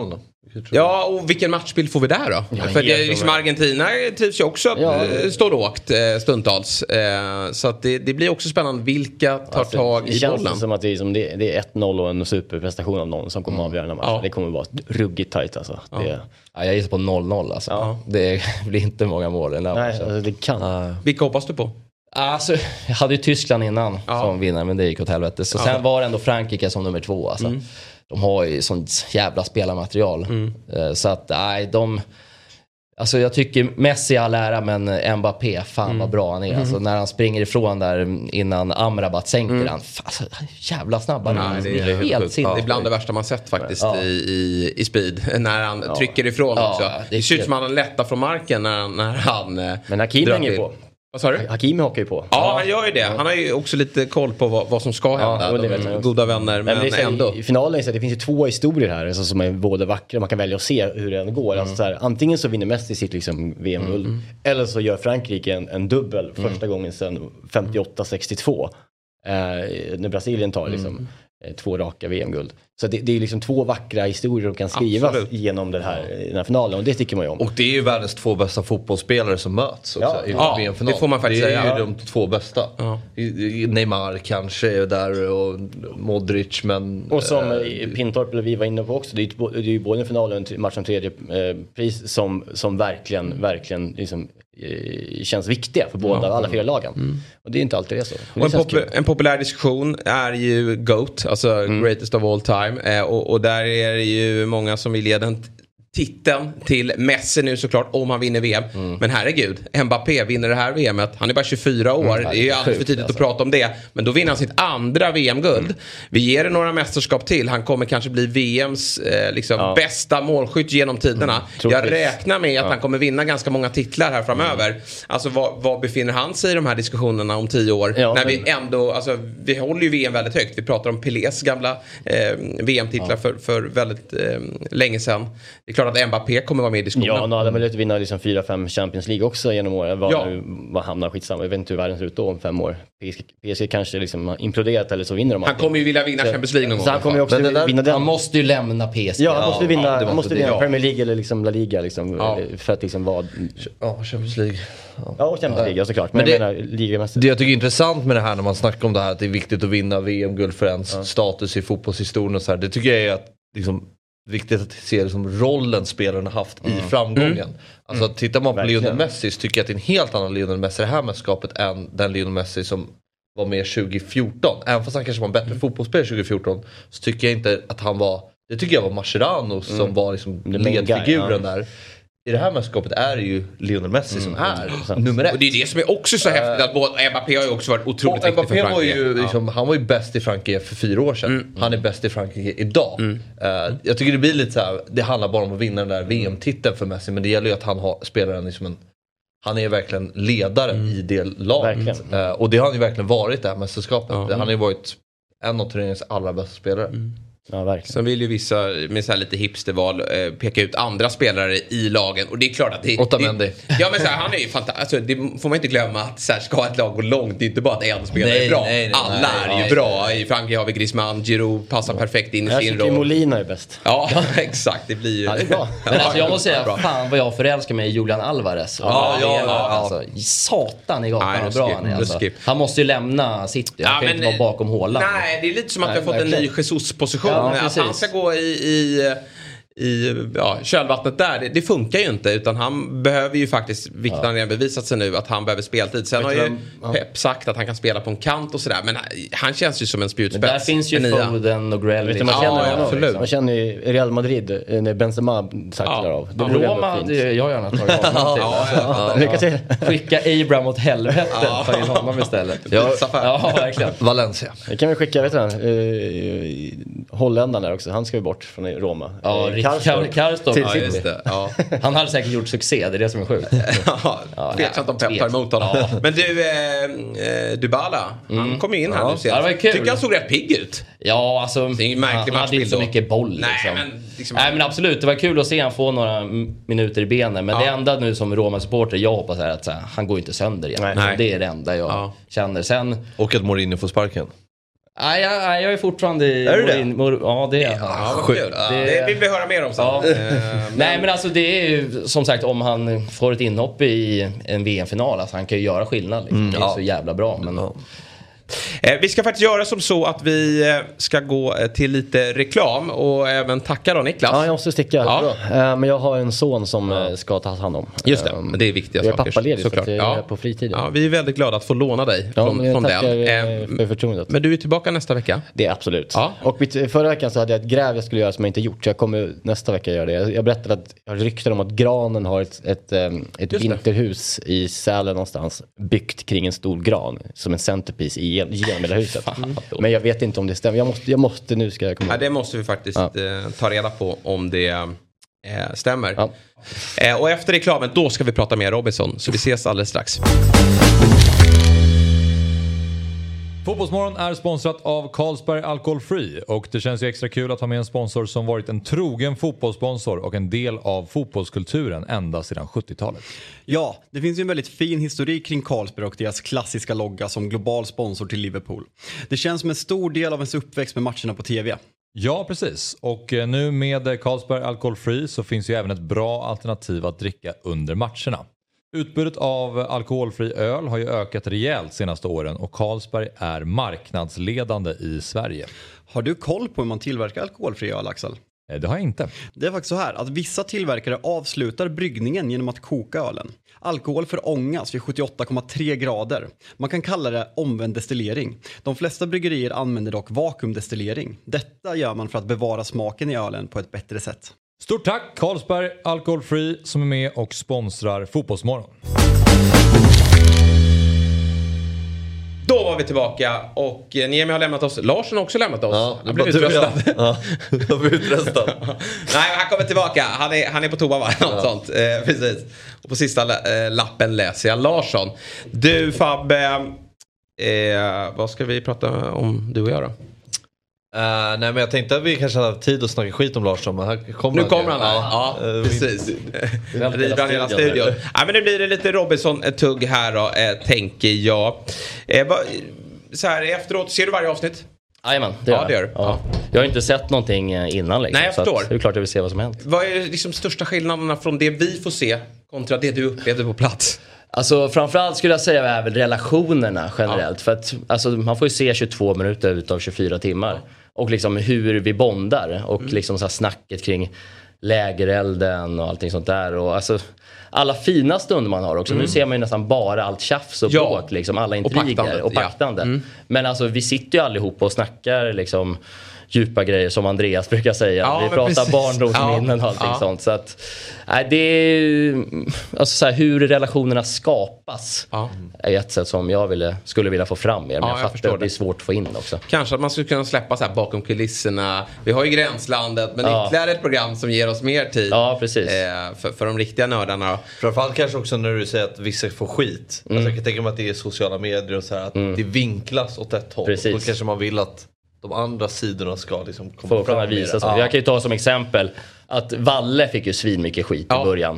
Ja, och vilken matchbild får vi där då? Ja, för det, liksom Argentina trivs ju också att ja. stå lågt stundtals. Så att det, det blir också spännande vilka tar alltså, tag i bollen. Det känns som att det är, som det, det är ett noll och en superprestation av någon som kommer mm. avgöra den matchen. Ja. Det kommer vara ruggigt tajt alltså. Ja. Det... Ja, jag gissar på noll noll alltså. Ja. Det blir inte många mål i den där matchen. Alltså, det kan. Uh. Vilka hoppas du på? Alltså, jag hade ju Tyskland innan ja. som vinnare, men det gick åt helvete. Så ja. sen var det ändå Frankrike som nummer två alltså. Mm. De har ju sånt jävla spelarmaterial. Mm. Så att, nej, de... Alltså jag tycker Messi all ära, men Mbappé, fan mm. vad bra han är. Mm. Alltså när han springer ifrån där innan Amrabat sänker mm. han. Alltså, jävla snabb. Mm. Nej, det är helt sinnigt. Det är bland det värsta man sett faktiskt ja. i, i, i speed. När han ja. trycker ifrån ja, också. Det, det ser ut som att han lättar från marken när, när han... Men Hakim hänger på. Vad sa du? Hakimi hakar ju på. Ja, han gör ju det. Han har ju också lite koll på vad, vad som ska hända. Ja, de är goda vänner, men, men ändå. I finalen så det finns ju två historier här alltså, som är både vackra. Man kan välja att se hur den går. Mm. Alltså, så här, antingen så vinner Messi sitt liksom, V M-guld. Mm. Eller så gör Frankrike en, en dubbel mm. första gången sedan femtioåtta sextiotvå. Eh, när Brasilien tar liksom, mm. två raka V M-guld. Så det, det är liksom två vackra historier som kan skrivas Absolut. genom den här, den här finalen. Och det tycker man ju om. Och det är ju världens två bästa fotbollsspelare som möts också, ja. i ja, V M-final. Det får man faktiskt säga. Det är säga. ju de två bästa. Ja. Neymar kanske är där och Modric, men... Och som äh, Pintorp eller vi var inne på också. Det är ju både en final och en match om tredje eh, pris som, som verkligen, verkligen liksom, eh, känns viktiga för båda, ja. alla fyra lagen. Mm. Och det är inte alltid det så. Det och en, pop- en populär diskussion är ju GOAT, alltså mm. greatest of all time. Eh, och, och där är det ju många som vill ge den t- titeln till Messi nu såklart om han vinner V M. Mm. Men herregud, Mbappé vinner det här V M:et. Han är bara tjugofyra år. Mm, det är ju alldeles för tidigt alltså. att prata om det. Men då vinner han sitt andra V M-guld. Mm. Vi ger det några mästerskap till. Han kommer kanske bli V M:s eh, liksom, ja. bästa målskytt genom tiderna. Mm, Jag räknar med att ja. han kommer vinna ganska många titlar här framöver. Mm. Alltså vad, vad befinner han sig i de här diskussionerna om tio år? Ja, när men... vi ändå, alltså vi håller ju V M väldigt högt. Vi pratar om Pelés gamla eh, V M-titlar ja. för, för väldigt eh, länge sedan. Det är klart att Mbappé kommer vara med i diskussionen. Ja, han hade möjlighet att vinna liksom fyra fem Champions League också genom åren. Vad, ja. vad hamnar skitsamma. Jag vet inte hur världen ser ut då om fem år. P S G, P S G kanske liksom har imploderat eller så vinner de. Han alltid. kommer ju vilja vinna så, Champions League någon gång. Han kommer ju också där, vinna den. Han måste ju lämna P S G. Ja, han måste vinna, ja, han måste vinna ja. Premier League eller liksom La Liga liksom, ja. för att liksom vara... Ja, Champions League. Ja, ja Champions League, ja, såklart. Men, men det, jag menar, ligamässigt. Det jag tycker är intressant med det här när man snackar om det här att det är viktigt att vinna V M-guld för ens ja. status i fotbollshistorien och så här. Det tycker jag är att liksom viktigt att se det som rollen spelarna haft mm. i framgången. Mm. Alltså tittar man på Verkligen. Lionel Messi så tycker jag att det är en helt annan Lionel Messi det här mästerskapet än den Lionel Messi som var med tjugo fjorton. Även fast han kanske var en bättre mm. fotbollsspelare tjugo fjorton så tycker jag inte att han var, det tycker jag var Mascherano som mm. var liksom ledfiguren ja. där. I det här mästerskapet är det ju Lionel Messi mm. som är mm. nummer ett. Och det är det som är också så häftigt att både Mbappé har ju också varit otroligt viktig för Frankrike. Var ju, liksom, ja. Han var ju bäst i Frankrike för fyra år sedan. Mm. Han är bäst i Frankrike idag. Mm. Uh, jag tycker det blir lite så här, det handlar bara om att vinna den där V M-titeln för Messi. Men det gäller ju att han har, spelar en, liksom en, han är verkligen ledare mm. i det laget. Uh, och det har han ju verkligen varit det här mästerskapet. Mm. Han har ju varit en av turneringens allra bästa spelare. Mm. Ja, verkligen. Sen vill ju vissa med så här lite hipsterval eh, peka ut andra spelare i lagen. Och det är klart att det... Otamendi. Det, ja men så här, han är ju fantastisk. Alltså, det får man inte glömma att så här, ska ett lag gå långt. Det är inte bara att en spelare nej, är bra. Nej, nej, Alla nej, är ju nej, bra. Nej. I Frankrike har vi Griezmann, Giroud passar ja. perfekt in i jag sin roll. Jag Molina är bäst. Ja, exakt. Det blir ju... Ja, det är bra. Men alltså jag måste säga, fan vad jag förälskar mig i Julian Alvarez. Ja, ja, ja, alltså, satan i gatan vad bra han är. Alltså. Han måste ju lämna City. Han ja, kan men, inte vara bakom hålan. Nej, det är lite som att nej, vi har fått en ny Jesus-position. Ja, att han ska gå i, i, i ja, kölvattnet där. Det, det funkar ju inte, utan han behöver ju faktiskt, vilket ja. han redan bevisat sig nu, att han behöver speltid. Sen har ju ja. Pep sagt att han kan spela på en kant och sådär, men han känns ju som en spjutspets. Men där finns ju Foden och Grelly. Man känner ja, ja, man känner ju Real Madrid när Benzema tacklar ja. av. Det ja, Roma, det jag gärna tagit honom till. ja, ja, ja. Lycka till. Skicka Abraham åt helvete. Ja. Ta in honom istället. Ja, ja, verkligen. Valencia. Det kan vi skicka, vet du vad? Uh, Holländaren där också. Han ska ju bort från Roma. Ja, Karstorp. Karstorp. Ja, just det. Ja. Han hade säkert gjort succé, det är det som är sjukt. ja, ja, tveksamt om Pep tar emot honom. Ja. Men du, eh, Dybala, mm. han kom ju in här ja. nu senast. Ja, tycker han såg rätt pigg ut. Ja, alltså det är en märklig han hade inte så mycket boll. Nej, liksom. men, liksom... Nej, men absolut, det var kul att se han få några minuter i benen. Men ja. det enda nu som Roma-supporter jag hoppas är att så här, han går inte sönder igen. Nej. Det är det enda jag ja. känner. Sen... Och att Mourinho får sparken. Nej, jag, jag är fortfarande i... Är du det? Mor, ja, det är jag. Ja, vad kul. Det, det vill vi höra mer om sen. Ja. Uh, men... Nej, men alltså det är ju som sagt om han får ett inhopp i en V M-final. Alltså han kan ju göra skillnad. Liksom. Mm, det är ja. så jävla bra. Men... Ja. Eh, vi ska faktiskt göra som så att vi eh, ska gå eh, till lite reklam och även tacka då Niklas. Ja, jag måste sticka. Ja. Eh, men jag har en son som eh, ska ta hand om. Just det, men det är viktiga jag saker. Jag är pappaledig såklart. Så jag ja. är på fritiden. Ja, vi är väldigt glada att få låna dig ja, från, men från tackar, den. Eh, för förtroendet. Men du är tillbaka nästa vecka? Det är absolut. Ja. Och mitt, förra veckan så hade jag ett gräv jag skulle göra som jag inte gjort. Så jag kommer nästa vecka göra det. Jag berättade att jag ryktar om att Granen har ett, ett, ett vinterhus i Sälen någonstans. Byggt kring en stor gran. Som en centerpiece i genom hela huset. Mm. Men jag vet inte om det stämmer. Jag måste, jag måste nu ska jag komma. Ja, det måste vi faktiskt ja. eh, ta reda på om det eh, stämmer. Ja. Eh, och efter reklamen då ska vi prata med Robinson. Så vi ses alldeles strax. Fotbollsmorgon är sponsrat av Carlsberg Alcohol Free och det känns ju extra kul att ha med en sponsor som varit en trogen fotbollssponsor och en del av fotbollskulturen ända sedan sjuttiotalet. Ja, det finns ju en väldigt fin historik kring Carlsberg och deras klassiska logga som global sponsor till Liverpool. Det känns som en stor del av ens uppväxt med matcherna på tv. Ja, precis. Och nu med Carlsberg Alcohol Free så finns ju även ett bra alternativ att dricka under matcherna. Utbudet av alkoholfri öl har ju ökat rejält senaste åren och Carlsberg är marknadsledande i Sverige. Har du koll på hur man tillverkar alkoholfri öl, Axel? Det har jag inte. Det är faktiskt så här att vissa tillverkare avslutar bryggningen genom att koka ölen. Alkohol förångas vid sjuttioåtta komma tre grader. Man kan kalla det omvänd destillering. De flesta bryggerier använder dock vakuumdestillering. Detta gör man för att bevara smaken i ölen på ett bättre sätt. Stort tack Carlsberg Alcohol Free som är med och sponsrar Fotbollsmorgon. Då var vi tillbaka och Niemi har lämnat oss. Larsson har också lämnat oss. Ja, han blev utröstad. Ja, jag blev utröstad. Nej, han kommer tillbaka. Han är, han är på toa, va? Något ja. sånt. Eh, precis. Och på sista eh, lappen läser jag Larsson. Du Fabbe, eh, vad ska vi prata om du och jag då? Uh, nej men jag tänkte att vi kanske hade tid att snacka skit om Larsson, men här kommer nu han. kommer han här. Ja, ja precis. River han hela studion. Ja, men nu blir det lite Robinson-tugg här då, eh, tänker jag. Eh, va, så här efteråt, ser du varje avsnitt? Jajamän, det ja, gör jag. Ja. Jag har inte sett någonting innan liksom, nej, jag förstår. Så det är klart jag vill se vad som hänt. Vad är liksom största skillnaderna från det vi får se kontra det du upplevde på plats? Alltså framförallt skulle jag säga är väl relationerna generellt. Ja. För att alltså, man får ju se tjugotvå minuter utav tjugofyra timmar. Ja. Och liksom hur vi bondar. Och mm. liksom så här snacket kring lägerelden och allting sånt där. Och alltså alla fina stunder man har också. Mm. Nu ser man ju nästan bara allt tjafs och ja. bråk. Liksom, alla intriger och paktande. Ja. Mm. Men alltså vi sitter ju allihopa och snackar liksom djupa grejer som Andreas brukar säga. Ja, vi pratar precis. barndomsminnen och allting ja. sånt. Så att, nej, det är alltså så här, hur relationerna skapas ja. är ett sätt som jag ville, skulle vilja få fram mer. Men ja, jag, jag fattar att det är svårt att få in också. Kanske att man skulle kunna släppa så här bakom kulisserna. Vi har ju Gränslandet, men ja. ytterligare ett program som ger oss mer tid. Ja, precis. Eh, för, för de riktiga nördarna. Framförallt kanske också när du säger att vissa får skit. Mm. Alltså, jag kan tänka mig att det är sociala medier och så här, att mm. det vinklas åt ett håll. Precis. Då kanske man vill att de andra sidorna ska liksom komma fram med visa ja. Jag kan ju ta som exempel att Valle fick ju svin mycket skit ja. i början.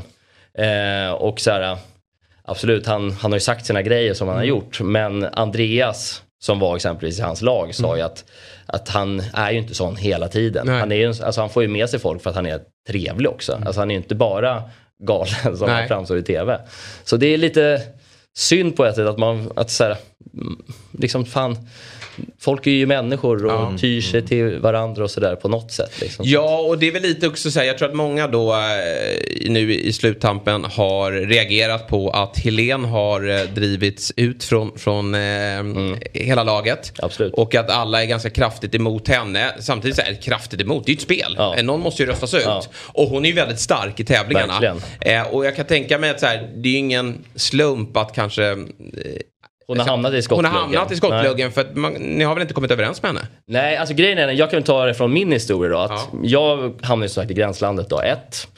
Eh, och så här, absolut, han, han har ju sagt sina grejer som han mm. har gjort. Men Andreas, som var exempelvis i hans lag, sa mm. ju att, att han är ju inte sån hela tiden. Han, är ju, alltså, han får ju med sig folk för att han är trevlig också. Mm. Alltså han är ju inte bara galen som han framstår i tv. Så det är lite synd på ett sätt att man, att så här, liksom fan... Folk är ju människor och ja. tyr sig till varandra och sådär på något sätt. Liksom. Ja, och det är väl lite också så här, jag tror att många då eh, nu i sluttampen har reagerat på att Helen har eh, drivits ut från, från eh, mm. hela laget. Absolut. Och att alla är ganska kraftigt emot henne. Samtidigt så är det kraftigt emot, det är ju ett spel. Ja. Någon måste ju röstas ut. Ja. Och hon är ju väldigt stark i tävlingarna. Eh, och jag kan tänka mig att så här, det är ju ingen slump att kanske... Eh, Hon har hamnat i skottluggen. Hon har hamnat i skottluggen för att man, ni har väl inte kommit överens med henne? Nej, alltså grejen är, jag kan ta det från min historia då. Att ja. Jag hamnade så här i Gränslandet då, ett.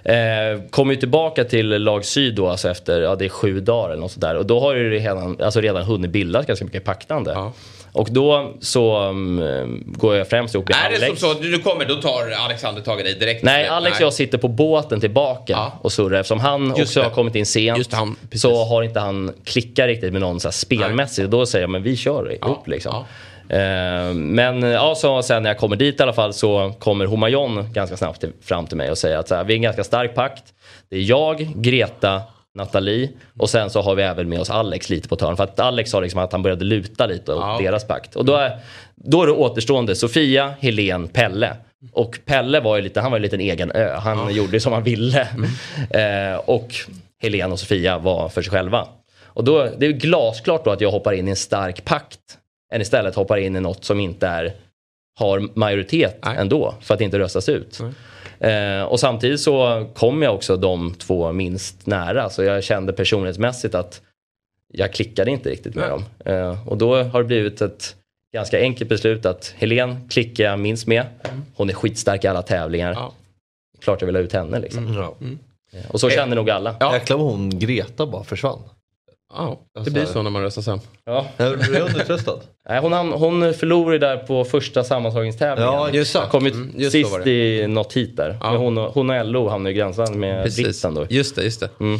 Eh, kom ju tillbaka till lag syd då, alltså efter, ja det är sju dagar eller något sådär. Och då har ju redan, alltså redan hunnit bildas ganska mycket paktande. Ja. Och då så um, går jag främst ihop med är Alex. Är det som så att du kommer, då tar Alexander tag i dig direkt? Nej, Alex och jag sitter på båten tillbaka ja. och surrar. Eftersom han Just också det. har kommit in sent han, så har inte han klickat riktigt med någon så här spelmässigt. Då säger jag, men vi kör ihop ja. liksom. Ja. Uh, men ja, så sen när jag kommer dit i alla fall så kommer Humayun ganska snabbt till, fram till mig och säger att så här, vi är en ganska stark pakt. Det är jag, Greta, Nathalie och sen så har vi även med oss Alex lite på törn. För att Alex sa liksom att han började luta lite åt ja. deras pakt. Och då är, då är det återstående Sofia, Helen, Pelle. Och Pelle var ju lite, han var ju lite en egen ö. Han ja. gjorde som han ville. Mm. eh, och Helen och Sofia var för sig själva. Och då, det är ju glasklart då att jag hoppar in i en stark pakt. Än istället hoppar in i något som inte är, har majoritet Nej. ändå. För att inte röstas ut. Nej. Eh, och samtidigt så kom jag också de två minst nära. Så jag kände personlighetsmässigt att jag klickade inte riktigt med Nej. dem. Eh, och då har det blivit ett ganska enkelt beslut att Helen klickar jag minst med. Mm. Hon är skitstark i alla tävlingar. Ja. Klart jag vill ha ut henne liksom. Mm. Ja. Mm. Och så känner nog alla. Ja. Jäklar vad hon Greta bara försvann. Ja, det alltså, blir så när man röstar sen. Ja. Är du undertröstad? Nej, hon, hon förlorade där på första sammanslagningstävlingen. Ja, just det. Kom mm, just sist i något hit där. Ja. Hon, hon och L O hamnade i gränsland med Precis. Britten då. Just det, just det. Mm.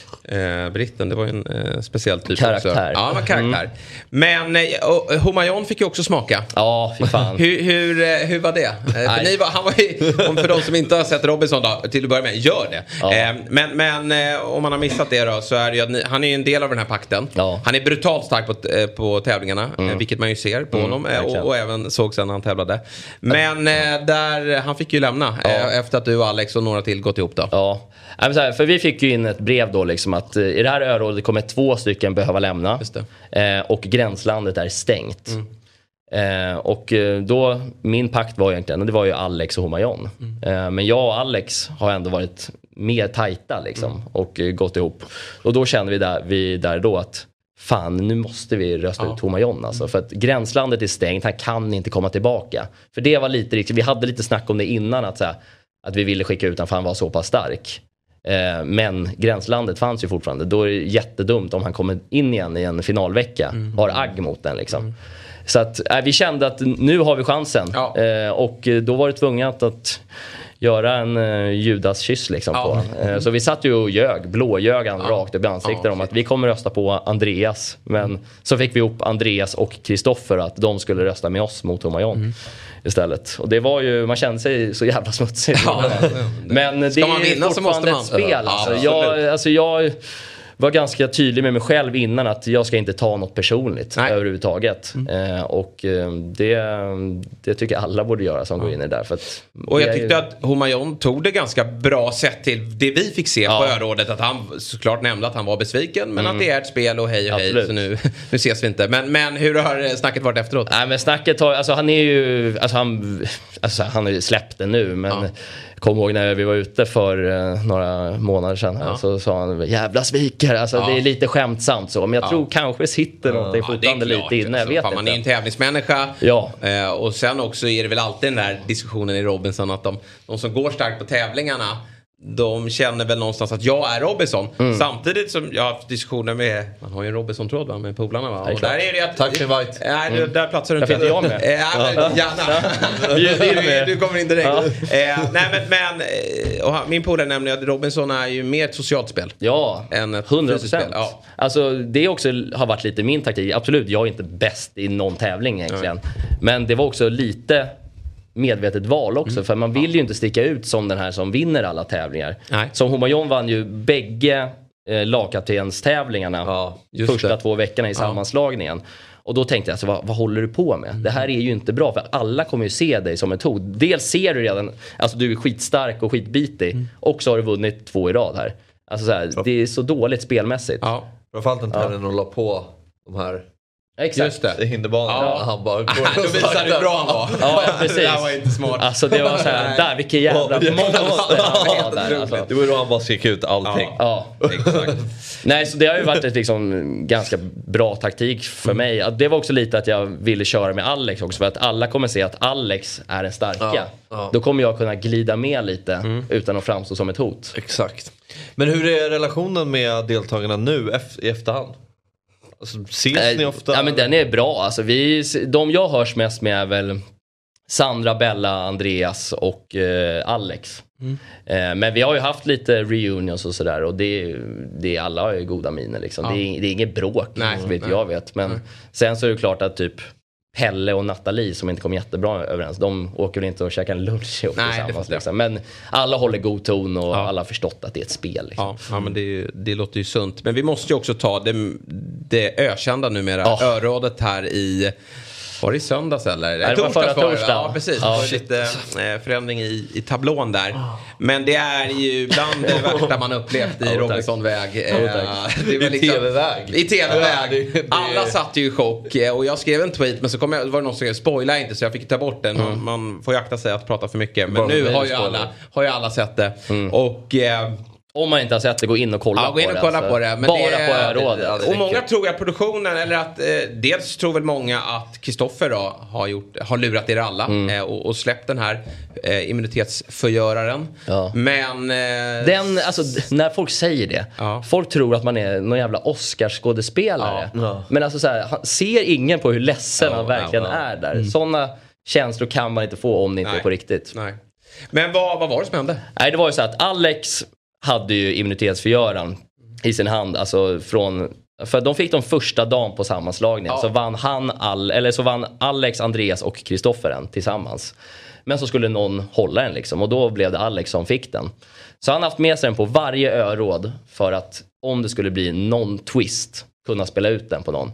Eh, Britten, det var ju en eh, speciell typ karaktär. Också. Ja, det var karaktär. Mm. Men eh, Humayun fick ju också smaka. Ja, fy fan. hur, hur, hur var det? Eh, för, ni var, han var ju, om för de som inte har sett Robinson då, till att börja med, gör det. Ja. Eh, men men eh, om man har missat det då så är det ju att ni, han är ju en del av den här pakten. Ja. Han är brutalt stark på, eh, på tävlingarna, mm. eh, vilket man ju ser på mm, honom eh, och, och även såg sen när han tävlade. Men eh, där, han fick ju lämna ja. eh, efter att du och Alex och några till gått ihop då. Ja. Så här, för vi fick ju in ett brev då liksom att i det här örådet kommer två stycken behöva lämna eh, och gränslandet är stängt. Mm. Eh, och då, min pakt var egentligen, det var ju Alex och Humayun. Mm. Eh, men jag och Alex har ändå varit mer tajta liksom mm. och eh, gått ihop. Och då kände vi där, vi där då att fan, nu måste vi rösta ja. ut Humayun alltså, för att gränslandet är stängt, han kan inte komma tillbaka. För det var lite riktigt, vi hade lite snack om det innan att så här, att vi ville skicka ut han för han var så pass stark. Men gränslandet fanns ju fortfarande. Då är det jättedumt om han kommer in igen i en finalvecka mm. har agg mot den liksom. Mm. Så att äh, vi kände att nu har vi chansen ja. eh, och då var det tvunget att göra en uh, Judas-kyss liksom ja. på. Eh, så vi satt ju och ljög, blåljög han ja. rakt upp i ansiktet ja, om att vi kommer rösta på Andreas. Men mm. så fick vi ihop Andreas och Kristoffer att de skulle rösta med oss mot Humayun. Mm. Istället. Och det var ju, man kände sig så jävla smutsig. Ja, men det ska man vinna är så måste man. Ett spel. Alltså. Ja, jag, alltså jag var ganska tydlig med mig själv innan att jag ska inte ta något personligt Nej. överhuvudtaget. Mm. Eh, och det, det tycker jag alla borde göra som ja. går in i det där. För att och jag tyckte ju... att Humayun tog det ganska bra sett till det vi fick se ja. på örådet. Att han såklart nämnde att han var besviken. Men mm. att det är ett spel och hej och hej. Så nu, nu ses vi inte. Men, men hur har snacket varit efteråt? Nej men snacket har, alltså han är ju, alltså han, alltså han har ju släppt det nu. Men ja. kom ihåg när vi var ute för eh, några månader sedan här, ja. så sa han jävla svikare. Alltså ja. det är lite skämtsamt så. Men jag ja. tror kanske sitter något ja, fortfarande lite inne. Jag vet inte. Man är ju en tävlingsmänniska. Ja. Eh, och sen också är det väl alltid den där diskussionen i Robinson att de, de som går starkt på tävlingarna, de känner väl någonstans att jag är Robinson. Mm. Samtidigt som jag har haft diskussioner med, man har ju en Robinson-tråd va, med polarna va. Och där är det att, tack för invite. Nej, mm. där platsar du inte. Jag med. Äh, ja. Gärna. Du kommer in direkt. Ja. Eh, nej men, men och min polare nämnde att Robinson är ju mer ett socialt spel. Ja, än ett hundra procent. Ja. Alltså det också har varit lite min taktik. Absolut, jag är inte bäst i någon tävling egentligen. Mm. Men det var också lite medvetet val också. Mm. För man vill ju inte sticka ut som den här som vinner alla tävlingar. Nej. Som Humayun vann ju bägge eh, lagkaptenstävlingarna ja, första det. två veckorna i ja. sammanslagningen. Och då tänkte jag, alltså, vad, vad håller du på med? Mm. Det här är ju inte bra, för alla kommer ju se dig som ett hot. Dels ser du redan, alltså du är skitstark och skitbitig. Mm. Och så har du vunnit två i rad här. Alltså så här, det är så dåligt spelmässigt. Ja. Framförallt inte ja. när de la på de här... Exakt. Just det. I hinderbanan. Ja. Han bara går då visar hur bra han var. Ja, precis. Det här var inte smart. Alltså det var så här, där vilken jävla monster han var där. Alltså. Det var då han bara gick ut allting. Ja, ja. Exakt. Nej, så det har ju varit ett liksom ganska bra taktik för mm. mig. Det var också lite att jag ville köra med Alex också, för att alla kommer se att Alex är en starka. Ja. Ja. Då kommer jag kunna glida med lite mm. utan att framstå som ett hot. Exakt. Men hur är relationen med deltagarna nu i efterhand? Alltså, ses ni ofta? Ja, men den är bra. Alltså, vi, de jag hörs mest med är väl Sandra, Bella, Andreas och eh, Alex. Mm. Eh, men vi har ju haft lite reunions och sådär. Och det, det, alla har ju goda miner liksom. Ja. Det, är, det är inget bråk, nej, vet nej. jag vet. Men nej. sen så är det klart att typ Pelle och Nathalie som inte kom jättebra överens, de åker väl inte och käkar en lunch ihop tillsammans. Liksom. Men alla håller god ton och ja. alla har förstått att det är ett spel. Liksom. Ja, ja, men det, det låter ju sunt. Men vi måste ju också ta det, det ökända numera, ja. örådet här i... Var det i söndags eller? Nej, det var förra torsdagen. Ja, precis. Ja. Det var lite eh, förändring i, i tablån där. Oh. Men det är ju bland det värsta man upplevt i oh, Robinson-väg. Eh, det var liksom, I tv-väg. I tv-väg. Ja, det, det... Alla satt ju i chock. Och jag skrev en tweet, men så kom jag, var det någon som skrev, spoila inte, så jag fick ta bort den. Mm. Man, man får ju akta sig att prata för mycket. Men Bara nu har ju, alla, har ju alla sett det. Mm. Och... Eh, om man inte har sett det, gå in och kolla ja, på in och kolla det. På det men bara det är, på örådet. Och många tror att produktionen, eller att eh, dels tror väl många att Kristoffer då har, gjort, har lurat er alla mm. eh, och, och släppt den här eh, immunitetsförgöraren. Ja. Men... Eh, den, alltså, när folk säger det, ja. folk tror att man är någon jävla Oscarsskådespelare. Ja. Ja. Men alltså så här, han ser ingen på hur ledsen ja, han verkligen ja, ja. är där. Mm. Sådana känslor kan man inte få om det inte Nej. är på riktigt. Nej. Men vad, vad var det som hände? Nej, det var ju så att Alex hade ju immunitetsförgöraren i sin hand, alltså från, för de fick de första dagen på sammanslagningen, ja. så vann han all, eller så vann Alex, Andreas och Kristofferen tillsammans. Men så skulle någon hålla den liksom, och då blev det Alex som fick den. Så han har haft med sig den på varje öråd för att om det skulle bli någon twist kunna spela ut den på någon.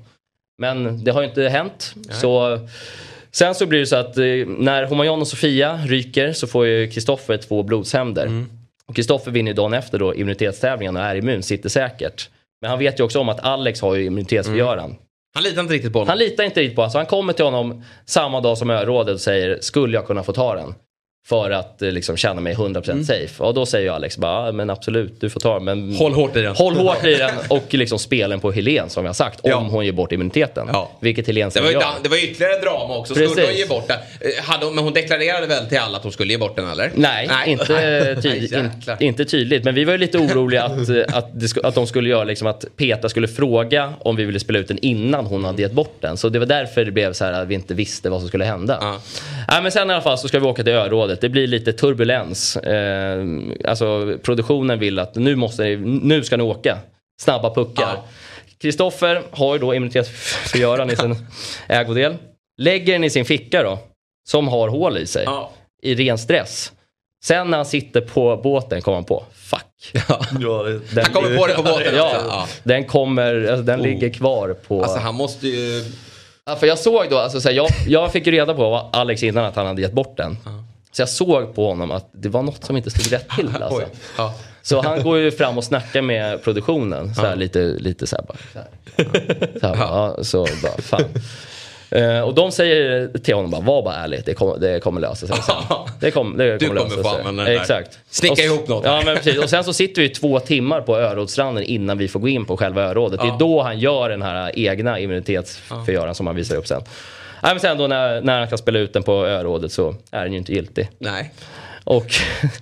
Men det har ju inte hänt. Nej. Så sen så blir det så att när Homayon och Sofia ryker så får ju Kristoffer två blodshämnder. Mm. Och Kristoffer vinner ju dagen efter då immunitetstävlingen och är immun, sitter säkert. Men han vet ju också om att Alex har ju immunitetsförgöraren. Mm. Han litar inte riktigt på honom. Han litar inte riktigt på honom. Så han kommer till honom samma dag som örådet och säger, skulle jag kunna få ta den? För att liksom känna mig hundra procent mm. safe. Och då säger ju Alex bara, ja, men absolut, du får ta den. Men håll hårt i den. Håll hårt i den och liksom spelen på Helen som jag har sagt. Ja. Om hon ger bort immuniteten. Ja. Vilket Helen det var, gör. Det var ytterligare drama också. Precis. Skulle hon ge bort den? Hade hon, men hon deklarerade väl till alla att hon skulle ge bort den, eller? Nej, Nej. Inte, tydligt, in, inte tydligt. Men vi var ju lite oroliga att, att, det, att de skulle göra liksom att Petra skulle fråga om vi ville spela ut den innan hon hade gett bort den. Så det var därför det blev så här att vi inte visste vad som skulle hända. Ja. Nej, men sen i alla fall så ska vi åka till örådet. Det blir lite turbulens. Eh, alltså produktionen vill att nu, måste ni, nu ska ni åka. Snabba puckar. Kristoffer ja. har ju då immunitetsförgöraren i sin ägodel. Lägger den i sin ficka då. Som har hål i sig. Ja. I ren stress. Sen när han sitter på båten kommer han på fuck. Ja. Den, han kommer på det på båten. Ja, ja. Den kommer, alltså, den oh. ligger kvar på. Alltså han måste ju. Ja, för jag såg då, alltså, så här, jag, jag fick ju reda på Alex innan att han hade gett bort den. Ja. Så jag såg på honom att det var något som inte stod rätt till. Alltså. Ja. Så han går ju fram och snackar med produktionen. Så här, ja. lite, lite så här bara. Så, här. Så, här, ja. Ja, så bara, fan. Uh, och de säger till honom bara, var bara ärligt, det kommer, det kommer lösa sig sen. Det kom, det kommer du kommer lösa sig. Exakt. Snicka och, ihop något. Ja, men precis. Och sen så sitter vi två timmar på örådsstranden innan vi får gå in på själva örådet. Ja. Det är då han gör den här egna immunitetsförgöraren ja. som han visar upp sen. Nej, men sen då när, när han ska spela ut den på örådet så är den ju inte giltig. Nej. Och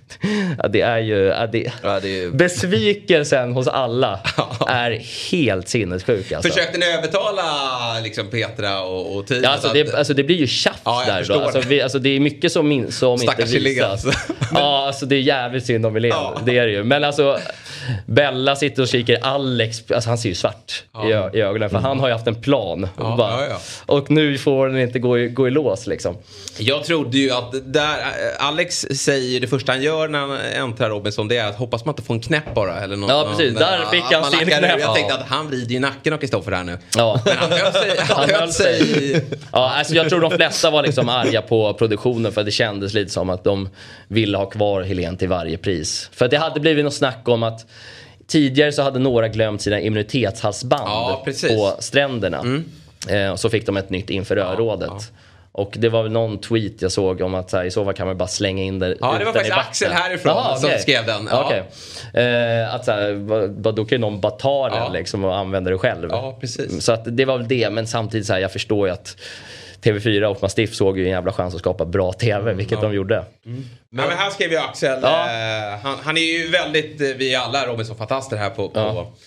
ja, det är ju ja, det, ja, det är... besvikelsen hos alla är helt sinnessjuk alltså. Försökte ni övertala liksom Petra och, och teamet? Ja, alltså, det, alltså det blir ju tjafs ja, där då. Alltså, vi, alltså det är mycket som, min, som inte visas alltså. Ja, alltså det är jävligt synd om Helen. Ja. Det är det ju. Men alltså Bella sitter och kikar. Alex, alltså han ser ju svart ja. i, i ögonen. För mm. han har ju haft en plan ja, bara, ja, ja. och nu får den inte gå i, gå i lås liksom. Jag trodde ju att där Alex säger det första han gör när han äntrar Robinson, det är att hoppas man inte får en knäpp bara eller något. Ja, precis. Någon, där fick han sin knäpp. Jag tänkte att han vrider ju nacken och Kristoffer här nu. Ja. Men han höll sig. Han höll sig. Ja, alltså jag tror de flesta var liksom arga på produktionen för det kändes lite som att de ville ha kvar Helen till varje pris. För det hade blivit något snack om att tidigare så hade några glömt sina immunitetshalsband ja, på stränderna. Mm. Eh, och så fick de ett nytt inför örådet. Ja, ja. Och det var väl någon tweet jag såg om att så här, i så fall kan man bara slänga in det. Ja, det var faktiskt Axel härifrån Aha, som okay. skrev den. Ja. Okay. Eh, att så här, då kan ju någon bara ta den ja. liksom, och använda det själv. Ja, precis. Så att det var väl det, men samtidigt så här, jag förstår ju att T V fyra och Mastiff såg ju en jävla chans att skapa bra tv, vilket ja. de gjorde. Mm. Men, men här skrev ju Axel, ja. eh, han, han är ju väldigt, vi är alla Robinson-fantaster här på, på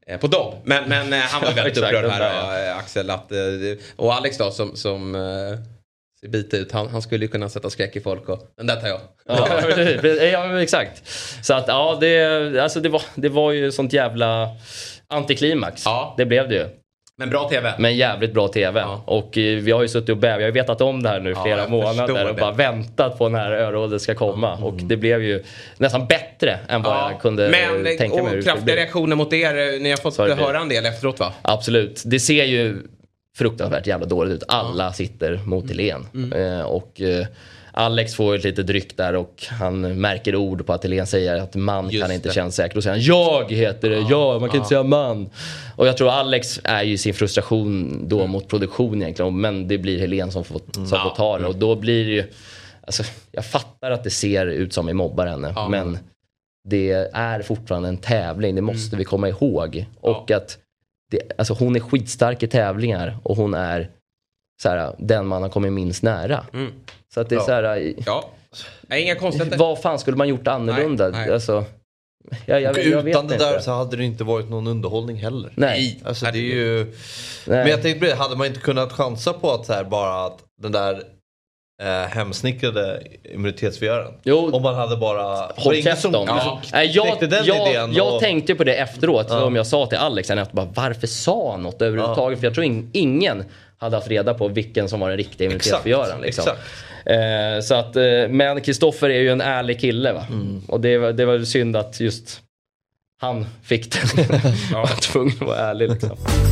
på dem. Men, men han var väldigt upprörd här, Axel. Att, och Alex då som, som ser bit ut. Han, han skulle ju kunna sätta skräck i folk. Och, den där tar jag. Ja, ja exakt. Så att ja, det, alltså det, var, det var ju sånt jävla antiklimax. Ja. Det blev det ju. Men bra tv. Men jävligt bra tv. Ja. Och vi har ju suttit och bäv. Jag har vetat om det här nu flera ja, månader. Och bara väntat på när örådet ska komma. Mm. Och det blev ju nästan bättre än vad ja. jag kunde Men, tänka mig. Men kraftiga reaktioner mot er. Ni har fått höra en del efteråt va? Absolut. Det ser ju fruktansvärt jävla dåligt ut. Alla ja. sitter mot Helén. Mm. Eh, och... Eh, Alex får ett litet dryck där och han märker ord på att Helén säger att man Just kan inte det. känna säkert. Då säger han, jag heter det, ja, ja man kan ja. inte säga man. Och jag tror Alex är ju sin frustration då mm. mot produktion egentligen. Men det blir Helén som får, som ja. får ta det. Och då blir det ju, alltså, jag fattar att det ser ut som vi mobbar henne. Ja. Men det är fortfarande en tävling, det måste mm. vi komma ihåg. Och ja. att det, alltså, hon är skitstark i tävlingar och hon är så här, den man har kommit minst nära. Mm. Så att det är ja. så här... Ja. Nej, inga konstigheter. Vad fan skulle man gjort annorlunda? Nej, nej. Alltså, jag, jag, jag utan vet det där inte. så hade det inte varit någon underhållning heller. Nej. Alltså det är ju... Nej. Men jag tänkte, hade man inte kunnat chansa på att så här, bara att den där eh, hemsnickrade immunitetsförgöraren. Jo. Om man hade bara... Håll käft om. Ja. Nej, jag jag, jag och... tänkte på det efteråt. Ja. Som jag sa till Alex. Att bara, varför sa han något överhuvudtaget? Ja. För jag tror in, ingen hade haft reda på vilken som var den riktiga immunitetsförgöraren. Liksom. Exakt. Eh, så att, eh, men Kristoffer är ju en ärlig kille va? Mm. Och det var, det var synd att just han fick den. Ja. Var tvungen att vara ärlig liksom.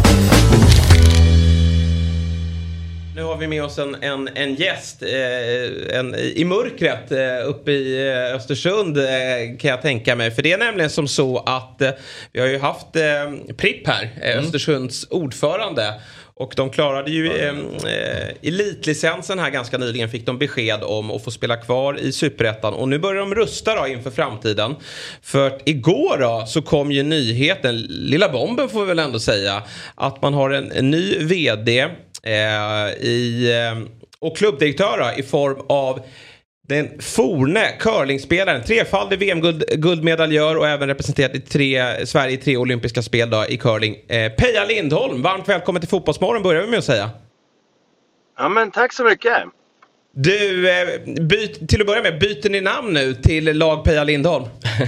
Nu har vi med oss en, en, en gäst eh, en, i mörkret eh, uppe i eh, Östersund eh, kan jag tänka mig. För det är nämligen som så att eh, vi har ju haft eh, Pripp här, eh, mm. Östersunds ordförande. Och de klarade ju eh, eh, elitlicensen här ganska nyligen, fick de besked om att få spela kvar i Superettan. Och nu börjar de rusta då inför framtiden. För att igår då så kom ju nyheten, lilla bomben får vi väl ändå säga, att man har en, en ny vd eh, i, eh, och klubbdirektör då, i form av den forne curlingspelaren, trefaldig V M-guldmedaljör och även representerat i tre, Sverige i tre olympiska spel då, i curling. Eh, Peja Lindholm, varmt välkommen till Fotbollsmorgon börjar vi med att säga. Ja men tack så mycket. Du, eh, byt, till att börja med, byter ni namn nu till lag Peja Lindholm?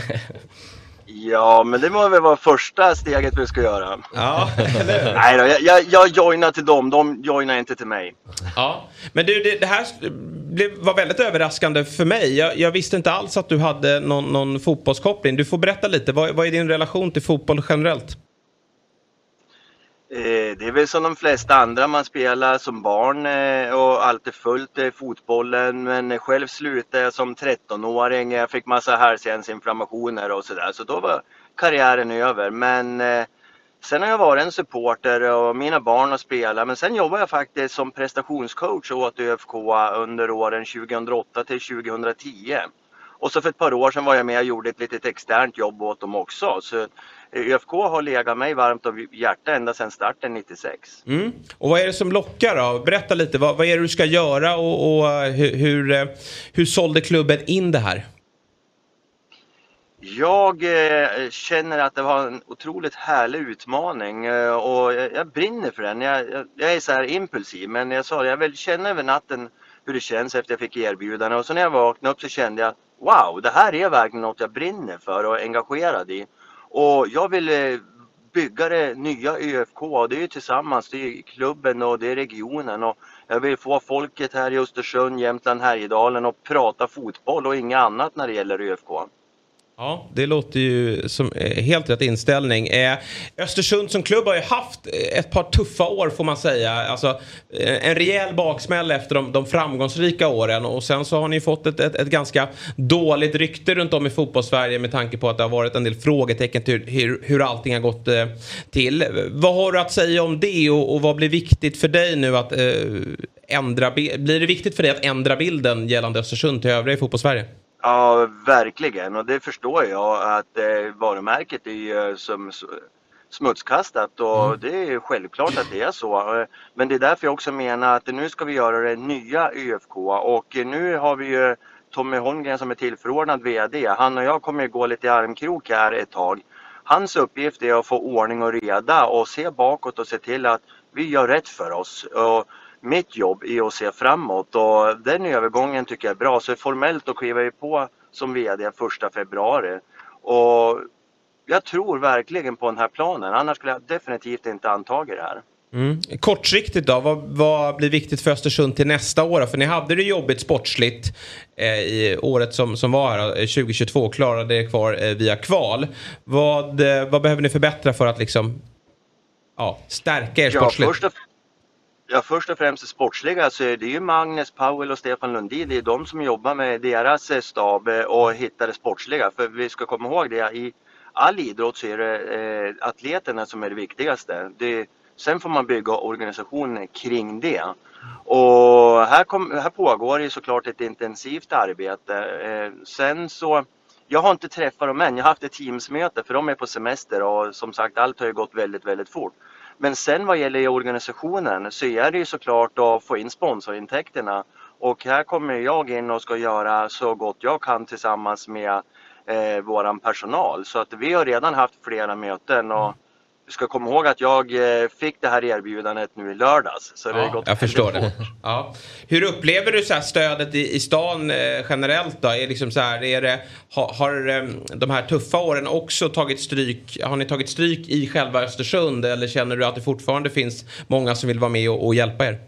Ja, men det må väl vara första steget vi ska göra. Ja, nej då, jag, jag, jag joinar till dem, de joinar inte till mig. Ja, men du, det, det här blev, var väldigt överraskande för mig. Jag, jag visste inte alls att du hade någon, någon fotbollskoppling. Du får berätta lite, vad, vad är din relation till fotboll generellt? Eh, det är väl som de flesta andra, man spelar som barn eh, och alltid följt eh, fotbollen. Men själv slutade jag som trettonåring, jag fick massa halscyansinflammationer och sådär. Så då var karriären över. Men eh, sen har jag varit en supporter och mina barn har spelat. Men sen jobbade jag faktiskt som prestationscoach åt Ö F K under åren tjugohundraåtta till tjugohundratio. Och så för ett par år sedan var jag med och gjorde ett litet externt jobb åt dem också. Så Ö F K har legat mig varmt och hjärta ända sedan starten nittiosex. Mm. Och vad är det som lockar då? Berätta lite, vad, vad är det du ska göra och, och hur, hur, hur sålde klubben in det här? Jag eh, känner att det var en otroligt härlig utmaning eh, och jag, jag brinner för den. Jag, jag, jag är så här impulsiv, men jag sa jag vill känna över natten hur det känns efter jag fick erbjudande. Och så när jag vaknade upp så kände jag, wow, det här är verkligen något jag brinner för och är engagerad i. Och jag vill bygga det nya Ö F K, det är ju tillsammans, det är klubben och det är regionen. Och jag vill få folket här i Östersund, Jämtland, Härjedalen och prata fotboll och inget annat när det gäller Ö F K. Ja, det låter ju som helt rätt inställning. Eh, Östersund som klubb har ju haft ett par tuffa år får man säga. Alltså en rejäl baksmäll efter de, de framgångsrika åren. Och sen så har ni fått ett, ett, ett ganska dåligt rykte runt om i fotbollssverige med tanke på att det har varit en del frågetecken till hur, hur allting har gått eh, till. Vad har du att säga om det och, och vad blir viktigt för dig nu att eh, ändra? Blir det viktigt för dig att ändra bilden gällande Östersund till övriga i fotbollssverige? Ja, verkligen. Och det förstår jag att eh, varumärket är ju som smutskastat och mm. det är självklart att det är så. Men det är därför jag också menar att nu ska vi göra det nya Ö F K och nu har vi ju Tommy Holmgren som är tillförordnad vd. Han och jag kommer gå lite i armkrok här ett tag. hans uppgift är att få ordning och reda och se bakåt och se till att vi gör rätt för oss. Och mitt jobb är att se framåt och den övergången tycker jag är bra. Så formellt då kliver vi på som vd första februari. Och jag tror verkligen på den här planen. Annars skulle jag definitivt inte antagit det här. Mm. Kortsiktigt då, vad, vad blir viktigt för Östersund till nästa år? För ni hade det jobbigt sportsligt eh, i året som, som var här, tjugo tjugotvå, klarade det kvar eh, via kval. Vad, eh, vad behöver ni förbättra för att liksom, ja, stärka er sportsligt? Ja, först och, ja, först och främst sportsliga så är det ju Magnus, Powell och Stefan Lundin. Det är de som jobbar med deras stab och hittar det sportsliga. För vi ska komma ihåg det, i all idrott så är det eh, atleterna som är det viktigaste. Det Sen får man bygga organisationen kring det. Och här, kom, här pågår det såklart ett intensivt arbete. Eh, sen så, jag har inte träffat dem än. Jag har haft ett teamsmöte för de är på semester och som sagt allt har ju gått väldigt, väldigt fort. Men sen vad gäller organisationen så är det ju såklart att få in sponsorintäkterna. Och här kommer jag in och ska göra så gott jag kan tillsammans med eh, våran personal. Så att vi har redan haft flera möten och du ska komma ihåg att jag fick det här erbjudandet nu i lördags. Så det ja, är gått jag förstår det. Ja. Hur upplever du så här stödet i, i stan eh, generellt då? Är liksom så här, är det, har, har eh, de här tuffa åren också tagit stryk? Har ni tagit stryk i själva Östersund? Eller känner du att det fortfarande finns många som vill vara med och, och hjälpa er?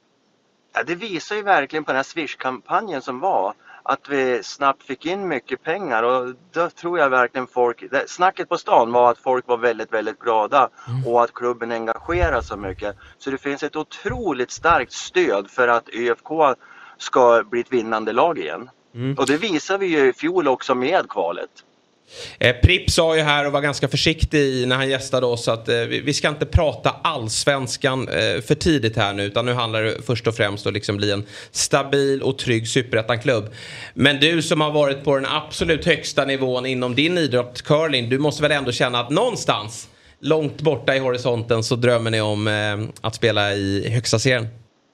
Ja, det visar ju verkligen på den här Swish-kampanjen som var. Att vi snabbt fick in mycket pengar och då tror jag verkligen folk, snacket på stan var att folk var väldigt, väldigt glada och att klubben engagerar så mycket. Så det finns ett otroligt starkt stöd för att ÖFK ska bli ett vinnande lag igen. Mm. Och det visar vi ju i fjol också med kvalet. Eh, Pripp sa ju här och var ganska försiktig när han gästade oss att eh, vi, vi ska inte prata allsvenskan eh, för tidigt här nu, utan nu handlar det först och främst att liksom bli en stabil och trygg superettan-klubb. Men du som har varit på den absolut högsta nivån inom din idrott, curling, du måste väl ändå känna att någonstans långt borta i horisonten så drömmer ni om eh, att spela i högsta serien?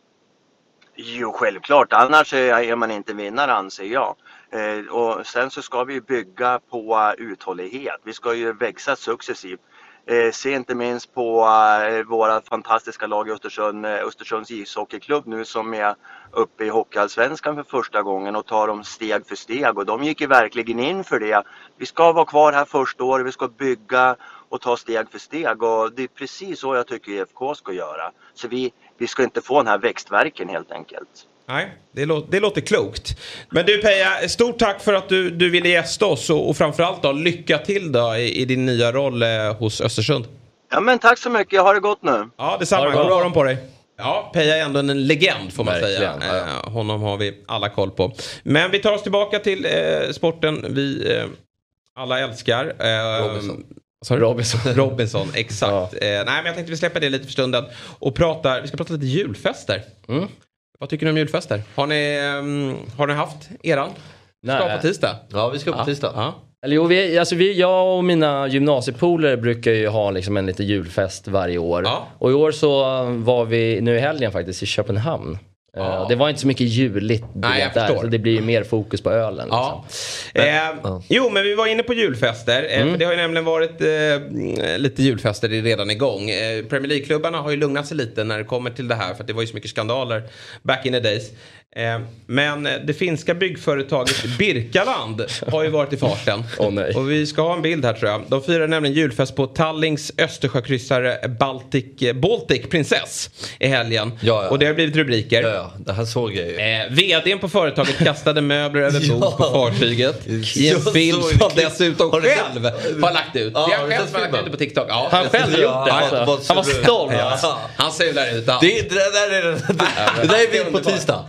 Jo, självklart. Annars är man inte vinnare, anser jag. Eh, och sen så ska vi bygga på uthållighet. Vi ska ju växa successivt. Eh, se inte minst på eh, våra fantastiska lag i Östersund, eh, Östersunds ishockeyklubb nu som är uppe i hockeyallsvenskan för första gången och tar dem steg för steg. Och de gick ju verkligen in för det. Vi ska vara kvar här första året, vi ska bygga och ta steg för steg. Och det är precis så jag tycker I F K ska göra. Så vi, vi ska inte få den här växtverken helt enkelt. Nej, det, lå- det låter klokt. Men du Peja, stort tack för att du, du ville gästa oss och, och framförallt då, lycka till då i, i din nya roll eh, hos Östersund. Ja men tack så mycket, jag har det gott nu. Ja, detsamma. God morgon på dig. Ja, Peja är ändå en legend får man Verkligen, säga. ja. Eh, honom har vi alla koll på. Men vi tar oss tillbaka till eh, sporten vi eh, alla älskar. Eh, Robinson. Sorry? Robinson. Robinson, exakt. Ja. Eh, nej, men jag tänkte vi släpper det lite för stunden och pratar, vi ska prata lite julfester. Mm. Vad tycker ni om julfester? Har ni, um, har ni haft eran? Nej. Ska på tisdag? Ja, vi ska på ja. tisdag. Ja. Eller jo, vi, alltså vi, jag och mina gymnasiepolare brukar ju ha liksom en liten julfest varje år. Ja. Och i år så var vi nu i helgen faktiskt i Köpenhamn. Ja. Uh, det var inte så mycket juligt Nej, där, så det blir ju mer fokus på ölen. Ja. Liksom. Eh, ja. Jo, men vi var inne på julfester. Eh, mm. för det har ju nämligen varit eh, lite julfester det är redan igång. Eh, Premier League-klubbarna har ju lugnat sig lite när det kommer till det här. För att det var ju så mycket skandaler back in the days. Eh, men det finska byggföretaget Birkaland har ju varit i farten. Oh, nej. Och vi ska ha en bild här tror jag. De firar nämligen julfest på Tallings Östersjökryssare Baltic, Baltic Princess i helgen. Ja, ja. Och det har blivit rubriker. Ja, ja. Det här såg jag ju. Eh, vdn på företaget kastade möbler över bord ja. på fartyget. I en film som han dessutom har själv har lagt ut. Ja, det är han själv som har lagt ut det på TikTok. Ja, han själb gjort det. Alltså. Han var stolt. Ja. Han sular ut allt. Det, det, där är, det, det där är vi på tisdag.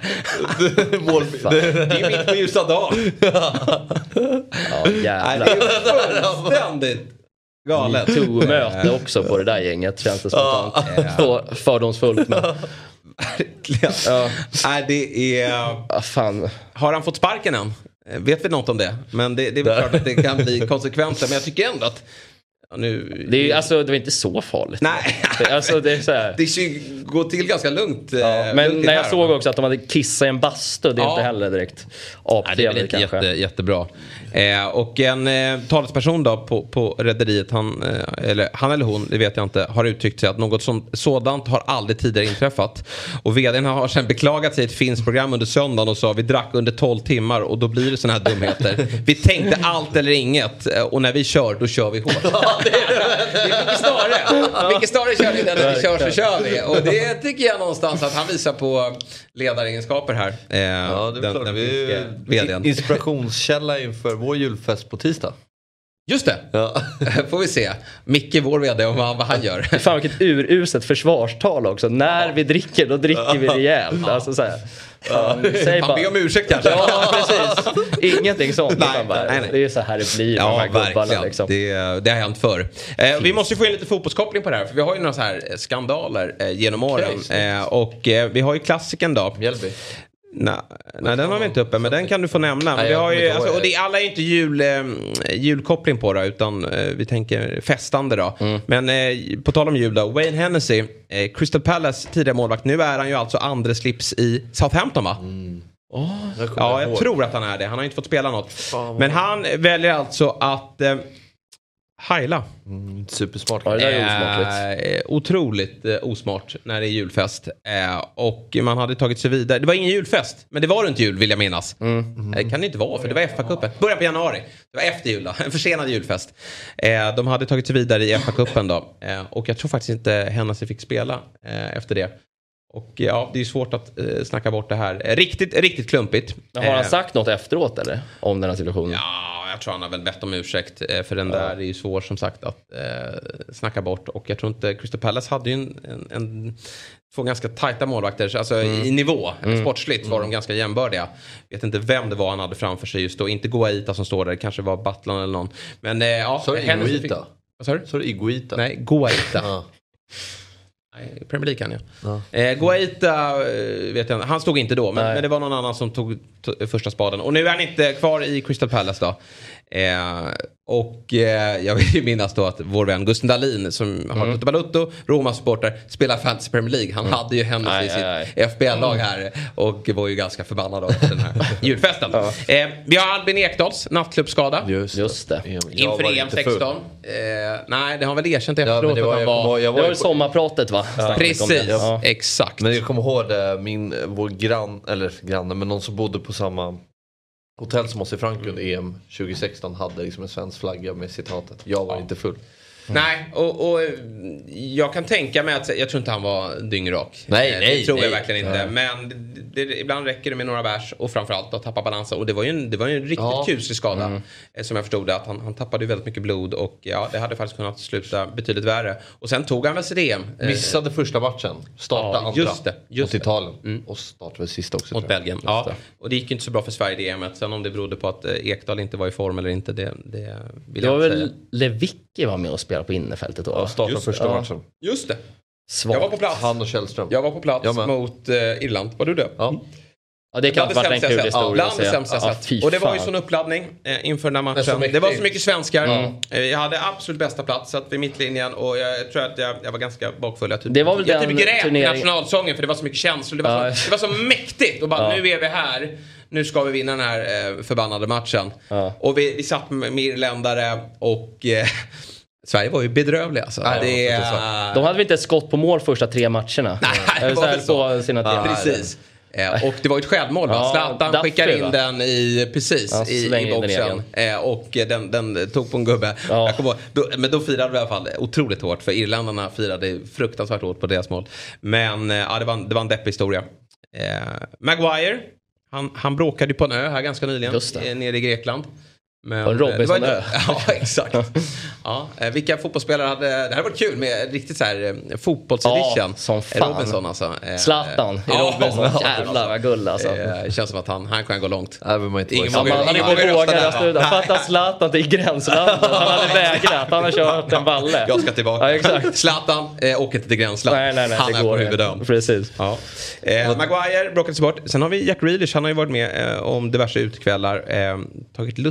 Det är mitt på ljusa dag. Ja, jävlar. Det är fullständigt galet. Vi tog möte också på det där gänget, känns det spontant. Så fördomsfullt. Men... Verkligen. Ja. Nej, det är... Ah, fan. Har han fått sparken än? Vet vi något om det? Men det, det är väl klart att det kan bli konsekvenser. Men jag tycker ändå att Nu... Det, är, alltså, det var inte så farligt. Nej, alltså, det, är så här. det går till ganska lugnt. Ja, men lugnt när jag här, såg också att de hade kissat i en bastu, det är ja. inte heller direkt aptrevligt. Det är väl inte jätte, jättebra. Eh, och en eh, talesperson då på, på rederiet, han, eh, eller, han eller hon, det vet jag inte, har uttryckt sig att något som, sådant har aldrig tidigare inträffat. Och vdn har sedan beklagat sig i ett finskt program under söndagen och sa vi drack under tolv timmar och då blir det såna här dumheter. Vi tänkte allt eller inget och när vi kör, då kör vi hårt. Det är mycket snarare. Mycket snarare kör vi det när vi kör så kör vi. Och det tycker jag någonstans att han visar på ledaregenskaper här. Eh, ja, det är den, klart. den Vi är inspirationskälla inför vår julfest på tisdag. Just det. Ja. Får vi se. Micke, vår vd, om vad han gör. Fan vilket uruset försvarstal också. När vi dricker, då dricker vi rejält. Alltså så här. Ja, säg bara. Han ber om ursäkt kanske. Ja, precis. Ingenting sånt. Nej, bara, nej, nej. Det är så här det blir. Ja, de här verkligen. Liksom. Det, det har hänt förr. Eh, vi måste få in lite fotbollskoppling på det här. För vi har ju några så här skandaler eh, genom åren. Eh, och eh, vi har ju klassiken då. Mjällby. Nej, nej, den har vi inte uppe, men den kan du få nämna. Nej, vi har ju, alltså, och det är alla är inte jul, eh, julkoppling på det, utan eh, vi tänker festande då. Mm. Men eh, på tal om jul då, Wayne Hennessy, eh, Crystal Palace tidigare målvakt, nu är han ju alltså andra slips i Southampton, va? Mm. Oh, ja, jag tror att han är det. Han har inte fått spela något. Fan, men han väljer alltså att eh, heila. Mm, supersmart. Ja, det är eh, otroligt eh, osmart när det är julfest. Eh, och man hade tagit sig vidare. Det var ingen julfest, men det var runt jul vill jag minnas. Mm. Mm. Det kan det inte vara, för det var F A-cupen. Början på januari. Det var efter jul då. En försenad julfest. Eh, de hade tagit sig vidare i F A-cupen då. Eh, och jag tror faktiskt inte Hennessy fick spela eh, efter det. Och ja, det är svårt att eh, snacka bort det här. Riktigt, riktigt klumpigt. Har han eh, sagt något efteråt eller? Om den här situationen? Ja, jag tror han har väl bett om ursäkt. Eh, för den ja. där är ju svår som sagt att eh, snacka bort. Och jag tror inte, Crystal Palace hade ju en, en, en två ganska tajta målvakter. Alltså mm. i nivå, mm. sportsligt var mm. de ganska jämbördiga. Vet inte vem det var han hade framför sig just då. Inte Guaita som står där, kanske var Butland eller någon. Men eh, ja. Så är det Iguita? Vad sa du? Så är det Iguita? Nej, Guaita. Ja. Nej, Premier League kan jag. Ja. Eh, Guaita, vet jag, han stod inte då, men, men det var någon annan som tog t- första spaden. Och nu är han inte kvar i Crystal Palace då. Eh, och eh, jag vill ju minnas då att vår vän Gusten Dahlin som mm. har Tutu Balutto, Roma-supporter, spelar Fantasy Premier League. Han mm. hade ju henne i sitt aj, aj. F B L-lag här och var ju ganska förbannad av den här julfesten. Ja. Eh, vi har Albin Ekdals nattklubbsskada. Just, Just det. Inför E M sexton. Eh, nej, det har väl erkänt efteråt ja, det var, att han var... var, jag var det var ju sommarpratet va? Ja. Precis, ja. Exakt. Men jag kommer ihåg det, min, vår grann, eller granne, men någon som bodde på samma hotell som oss i Frankrike under E M tjugo sexton hade liksom en svensk flagga med citatet. Jag var ja. inte full. Mm. Nej, och, och jag kan tänka mig att jag tror inte han var dyngrak. Nej, det nej, tror nej. jag verkligen inte. Men det, det, ibland räcker det med några vers och framförallt att tappa balansen. Och det var ju en, det var ju en riktigt ja. kuslig skada. Mm. Som jag förstod det, att han, han tappade ju väldigt mycket blod. Och ja, det hade faktiskt kunnat sluta betydligt värre. Och sen tog han väl sig det E M. Missade första matchen. Starta ja, andra. Just det. Just mot Italien. Mm. Och startade sista också. Mot Belgien. Ja. Och det gick inte så bra för Sverige i E M. Sen om det berodde på att Ekdal inte var i form eller inte, det, det vill det jag inte säga. Det var väl Lewicki var med och spelade på innerfältet då. Ja, startade första ja. matchen. Just det. Svart. Jag var på plats. Han och Källström. Jag var på plats mot uh, Irland. Var du det? Ja. Ja, det kan vara en kul historia. Bland det sämsta jag sett. Och det var ju sån uppladdning eh, inför den här matchen. Det var så mycket svenskar. Mm. Eh, jag hade absolut bästa plats satt vid mittlinjen. Och jag tror att jag, jag var ganska bakfull. Jag typ, det var väl jag den typ grät turnering... nationalsången för det var så mycket känslor. Det var, ja. så, det var så mäktigt. Och bara, ja. nu är vi här. Nu ska vi vinna den här eh, förbannade matchen. Ja. Och vi, vi satt med, med irländare och... Eh, Sverige var ju bedrövliga alltså. Nej, det är... De hade väl inte ett skott på mål första tre matcherna. Nej, det var så. På sina ja, precis. Eh, och det var ju ett självmål va? Ja, Zlatan Daffer, skickar in va? den i, precis ja, i, i boxen. Eh, och den, den tog på en gubbe. Ja. Jag ihåg, då, men då firade vi i alla fall otroligt hårt. För irländarna firade fruktansvärt hårt på deras mål. Men eh, ja, det, var, det var en deppig historia. Eh, Maguire, han, han bråkade ju på en ö här ganska nyligen. Eh, nere i Grekland. Men, en Robinson-ö. Ja, exakt. Ja, vilka fotbollsspelare hade... Det här var kul med riktigt så här fotbollsedition. Ja, som fan. Robinson alltså. Zlatan i ja, Robinson. Jävlar vad gull alltså. Det känns som att han, han kan gå långt. Nej, men man inte ingen vågar rösta. Han hade vågat rösta ut. Fatta Zlatan till gränslandet. Han hade vägrat. Han har kört en balle. Jag ska tillbaka. Ja, exakt. Zlatan eh, åker inte till gränsland. Nej, nej, nej, han är på huvudön. Precis. Ja. Eh, Maguire bråkade sig bort. Sen har vi Jack Grealish. Han har ju varit med eh, om diverse utkvällar. Eh, tagit lustgas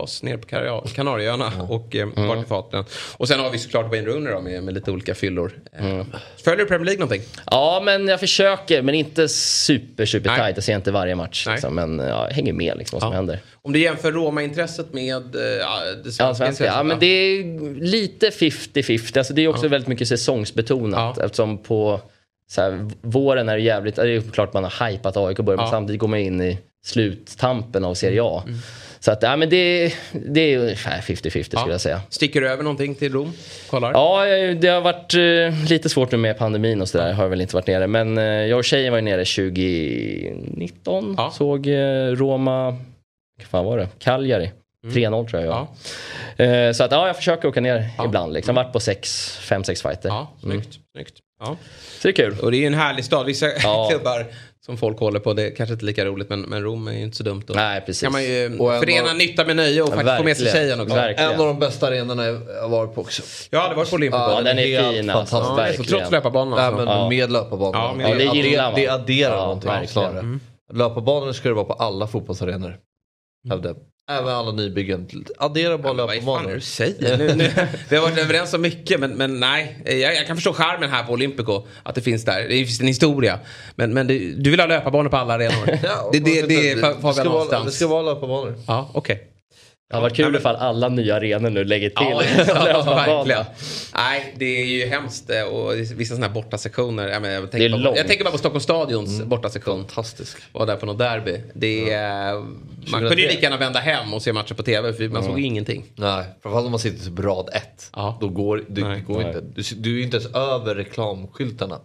kalas nere på Kar- Kanarieöarna mm. och eh, mm. partyfaten. Och sen har vi såklart Wayne Rooney då, med, med lite olika fyllor. Mm. Följer du Premier League någonting? Ja, men jag försöker, men inte super super tight. Jag ser inte varje match liksom, men ja, jag hänger med liksom vad som ja. händer. Om du jämför Roma-intresset med äh, det svenska ja, svenska. Ja, men det är lite fifty fifty. Alltså det är också ja. väldigt mycket säsongsbetonat ja. eftersom på så här, våren är det jävligt, det är klart man har hypat A I K början, ja. men samtidigt går man in i sluttampen av Serie A. Mm. Så att, ja, men det, det är ungefär fifty fifty ja. skulle jag säga. Sticker du över någonting till Rom? Kollar? Ja, det har varit uh, lite svårt nu med pandemin och sådär. Har jag väl inte varit nere. Men uh, jag och tjejen var nere tjugo nitton. Ja. Såg uh, Roma, vad fan var det? Cagliari. Mm. tre noll tror jag. Ja. Uh, så att ja, jag försöker åka ner ja. ibland. Liksom. Varit på sex, fem, sex fighter. Ja, snyggt. Mm. snyggt. Ja. Så det är kul. Och det är ju en härlig stad. Vissa ja. klubbar som folk håller på, det är kanske inte lika roligt, men, men Rom är ju inte så dumt. Då. Nej, precis. Kan man ju förena av... nytta med nöje och ja, faktiskt få med sig tjejen också. Ja, en av de bästa arenorna jag har varit på också. Ja, det var på Olympico. Ja, den är fin. Fantastisk. Ja, trots löparbanan. Alltså. Ja, men med löparbanan. Ja, med ja, det, det, det adderar ja, någonting snarare. Mm. Löparbanan ska det vara på alla fotbollsarenor. Mm. Även alla nybyggen. Addera bara löparbanor. Vad fan är du säger nu, nu? Vi har varit överens om mycket, men, men nej. Jag, jag kan förstå charmen här på Olympico. Att det finns där. Det finns en historia. Men, men det, du vill ha löparbanor på alla arenor. Ja, det, det, det, det, det, det, ska vara, det ska vara löparbanor. Ja, okej. Okay. Det har varit kul ifall alla nya arenor nu lägger till. Ja, verkligen. Nej, det är ju hemskt. Och vissa sådana här bortasektioner. Jag, jag, tänker bara, jag tänker bara på Stockholms stadions mm. bortasektion. Fantastisk. Var där på något derby. Det är, mm. Man kunde ju lika gärna vända hem och se matcher på tv. För man mm. såg ingenting. Nej, framförallt om man sitter på rad ett. Ja. Då går, du, Nej, går inte, du, du är inte ens över reklamskyltarna.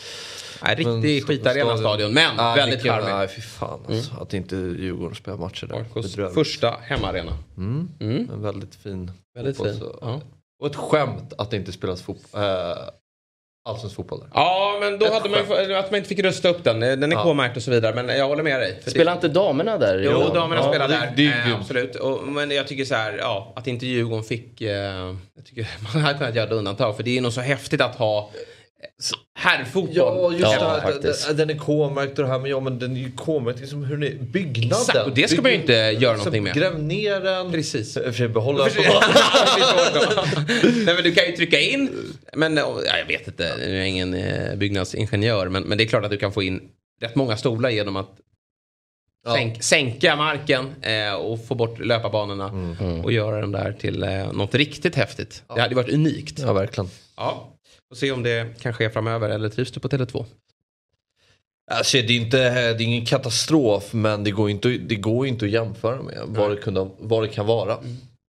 Nej, riktigt skitarena stadion, men ah, väldigt charmig. Nej, fy fan alltså. Mm. Att inte Djurgården spelar matcher där. Första hemmaarena. Mm. Mm. En väldigt fin. Väldigt fin. Ja. Och ett skämt att det inte spelas fotboll. Äh, allsvensk fotboll där. Ja, men då ett hade man ju, att man inte fick rösta upp den. Den är ja. K-märkt och så vidare, men jag håller med dig. Spelar det... inte damerna där? Jo, jo damerna ja, spelar det, där. Det är äh, absolut. Och, men jag tycker så här, ja, att inte Djurgården fick... Eh, jag tycker man hade kunnat göra det undantag. För det är nog så häftigt att ha... herrfotboll. Ja, just ja, det. Den är K-märkt och det här, men ja, men den är ju K-märkt liksom hur den är byggnaden. Exakt, och det ska man ju inte göra någonting med. Gräv ner den. Precis. För sig behålla Nej, men du kan ju trycka in, men ja, jag vet inte, jag är ingen eh, byggnadsingenjör, men, men det är klart att du kan få in rätt många stolar genom att ja. sänk, sänka marken eh, och få bort löparbanorna mm. Mm. och göra den där till eh, något riktigt häftigt. Ja. Det hade varit unikt. Ja, verkligen. Ja. Och se om det kan ske framöver, eller trivs du på Tele två? Alltså, det är inte det är ingen katastrof, men det går inte det går inte att jämföra med vad det, kunde, vad det kan vara. Mm.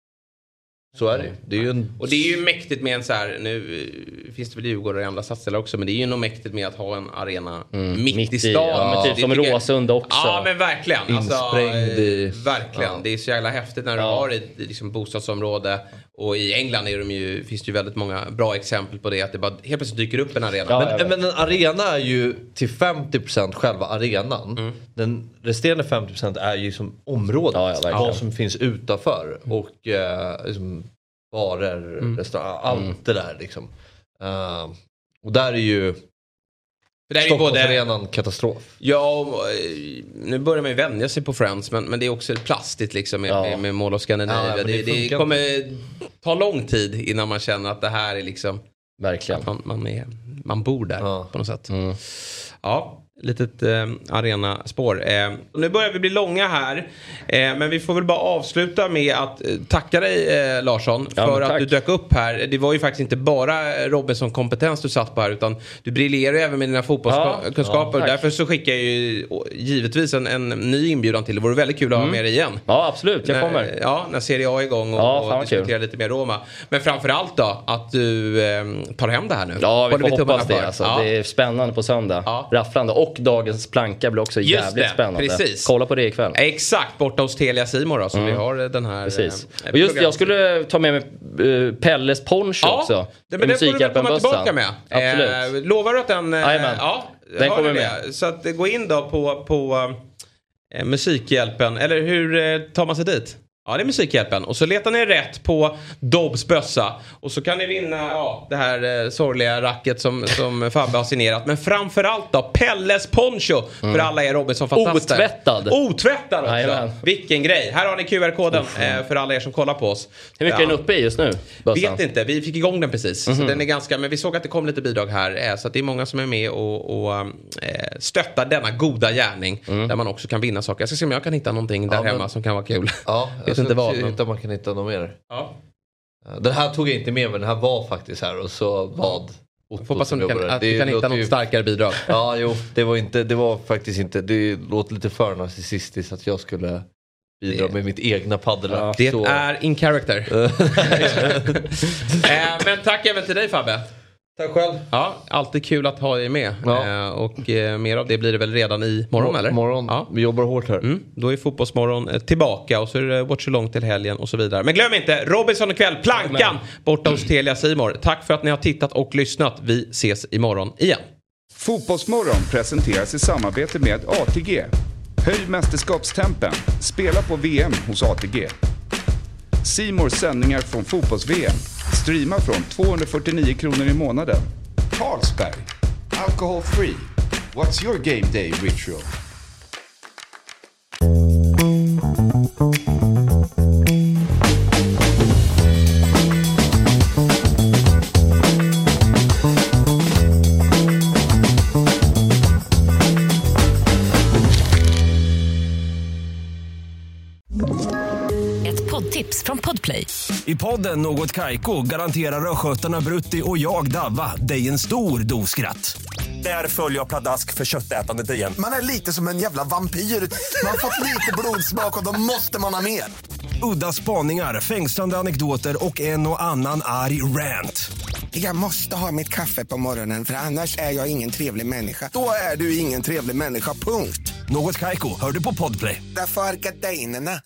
Så är det. Det är ju en... Och det är ju mäktigt med en så här, nu finns det väl Djurgården och andra stadsdelar också, men det är ju nog mäktigt med att ha en arena mm, mitt, mitt i stan. Ja, men typ som Råsunda också. Ja, men verkligen. Insprängd alltså, i... Verkligen. Ja. Det är så jävla häftigt när du ja. har ett liksom, bostadsområde. Och i England är de ju, finns det ju väldigt många bra exempel på det. Att det bara helt plötsligt dyker upp en arena. Ja, men, men en arena är ju till femtio procent själva arenan. Mm. Den resterande femtio procent är ju som området. Ja, ja, vad som finns utanför. Mm. Och eh, liksom, barer, mm. restauranger, allt mm. det där liksom. Uh, och där är ju Stockholmsarenan katastrof. Ja, nu börjar man ju vänja sig på Friends, men, men det är också plastigt liksom med, ja. med, med Mall of Scandinavia. Ja, det, det, det kommer ta lång tid innan man känner att det här är liksom verkligen. Man, man, är, man bor där ja. på något sätt. Mm. Ja, litet eh, arenaspår. Eh, nu börjar vi bli långa här. Eh, men vi får väl bara avsluta med att eh, tacka dig eh, Larsson ja, för att du dök upp här. Det var ju faktiskt inte bara Robinson-kompetens du satt på här, utan du briljerar ju även med dina fotbollskunskaper. Ja, ja, därför så skickar jag ju givetvis en, en ny inbjudan till. Det vore väldigt kul att mm. ha med dig igen. Ja, absolut. Jag kommer. När, ja, när Serie A är igång och, ja, och diskuterar lite mer Roma. Men framförallt då att du eh, tar hem det här nu. Ja, vi får hoppas det. Alltså. Ja. Det är spännande på söndag. Ja. Rafflande. Och dagens planka blir också just jävligt det, spännande. Precis. Kolla på det ikväll. Exakt, borta hos Telia Simor då, som mm. vi har den här. Precis. Eh, och just jag skulle ta med mig uh, Pelles poncho ja, också. Det, men den får du komma tillbaka med. Absolut. Eh, lovar du att den... Eh, ja, den kommer med. Det. Så att, gå in då på, på eh, Musikhjälpen. Eller hur eh, tar man sig dit? Ja, det är Musikhjälpen. Och så letar ni rätt på Dobbs bössa. Och så kan ni vinna ja, det här eh, sorgliga racket som, som Fabbe har signerat. Men framförallt då, Pelles poncho. Mm. För alla er Robinson-fantaster. Otvättad. Otvättad också. Jajamän. Vilken grej. Här har ni Q R-koden eh, för alla er som kollar på oss. Hur mycket ja. är den uppe i just nu? Bössan? Vet inte, vi fick igång den precis. Mm-hmm. Så den är ganska, men vi såg att det kom lite bidrag här. Eh, så att det är många som är med och, och eh, stöttar denna goda gärning. Mm. Där man också kan vinna saker. Jag ska se om jag kan hitta någonting där ja, hemma men... som kan vara kul. Ja, vet inte vad. Inte om man kan hitta något mer. Ja. Den här tog jag inte med, men den här var faktiskt här. Och så vad Otto hoppas som kan, att du kan hitta något ju... starkare bidrag. Ja, jo, det var, inte, det var faktiskt inte. Det låter lite för narcissistiskt att jag skulle bidra det... med mitt egna paddel. Ja. Det så... är in character. äh, men tack även till dig, Fabbe. Tack själv. Ja, alltid kul att ha dig med. Ja. Eh, och eh, mer av det blir det väl redan i morgon, Mor- eller? Morgon. Ja. Vi jobbar hårt här. Mm. Då är Fotbollsmorgon eh, tillbaka och så är det Watch Along till helgen och så vidare. Men glöm inte, Robinson och kväll, Plankan borta hos Telia Simor. Tack för att ni har tittat och lyssnat. Vi ses imorgon igen. Fotbollsmorgon presenteras i samarbete med A T G. Höj mästerskapstempen. Spela på V M hos A T G. Simors sändningar från fotbolls-V M. Streama från tvåhundrafyrtionio kronor i månaden. Carlsberg. Alcohol free. What's your game day ritual? Tips från Podplay. I podden Något Kaiko garanterar röskötarna Brutti och jag Davva dig en stor doskratt. Där följer jag pladask för köttätandet igen. Man är lite som en jävla vampyr. Man har fått lite blodsmak och då måste man ha mer. Udda spaningar, fängslande anekdoter och en och annan arg rant. Jag måste ha mitt kaffe på morgonen för annars är jag ingen trevlig människa. Då är du ingen trevlig människa, punkt. Något Kaiko, hör du på Podplay. Därför är gardinerna.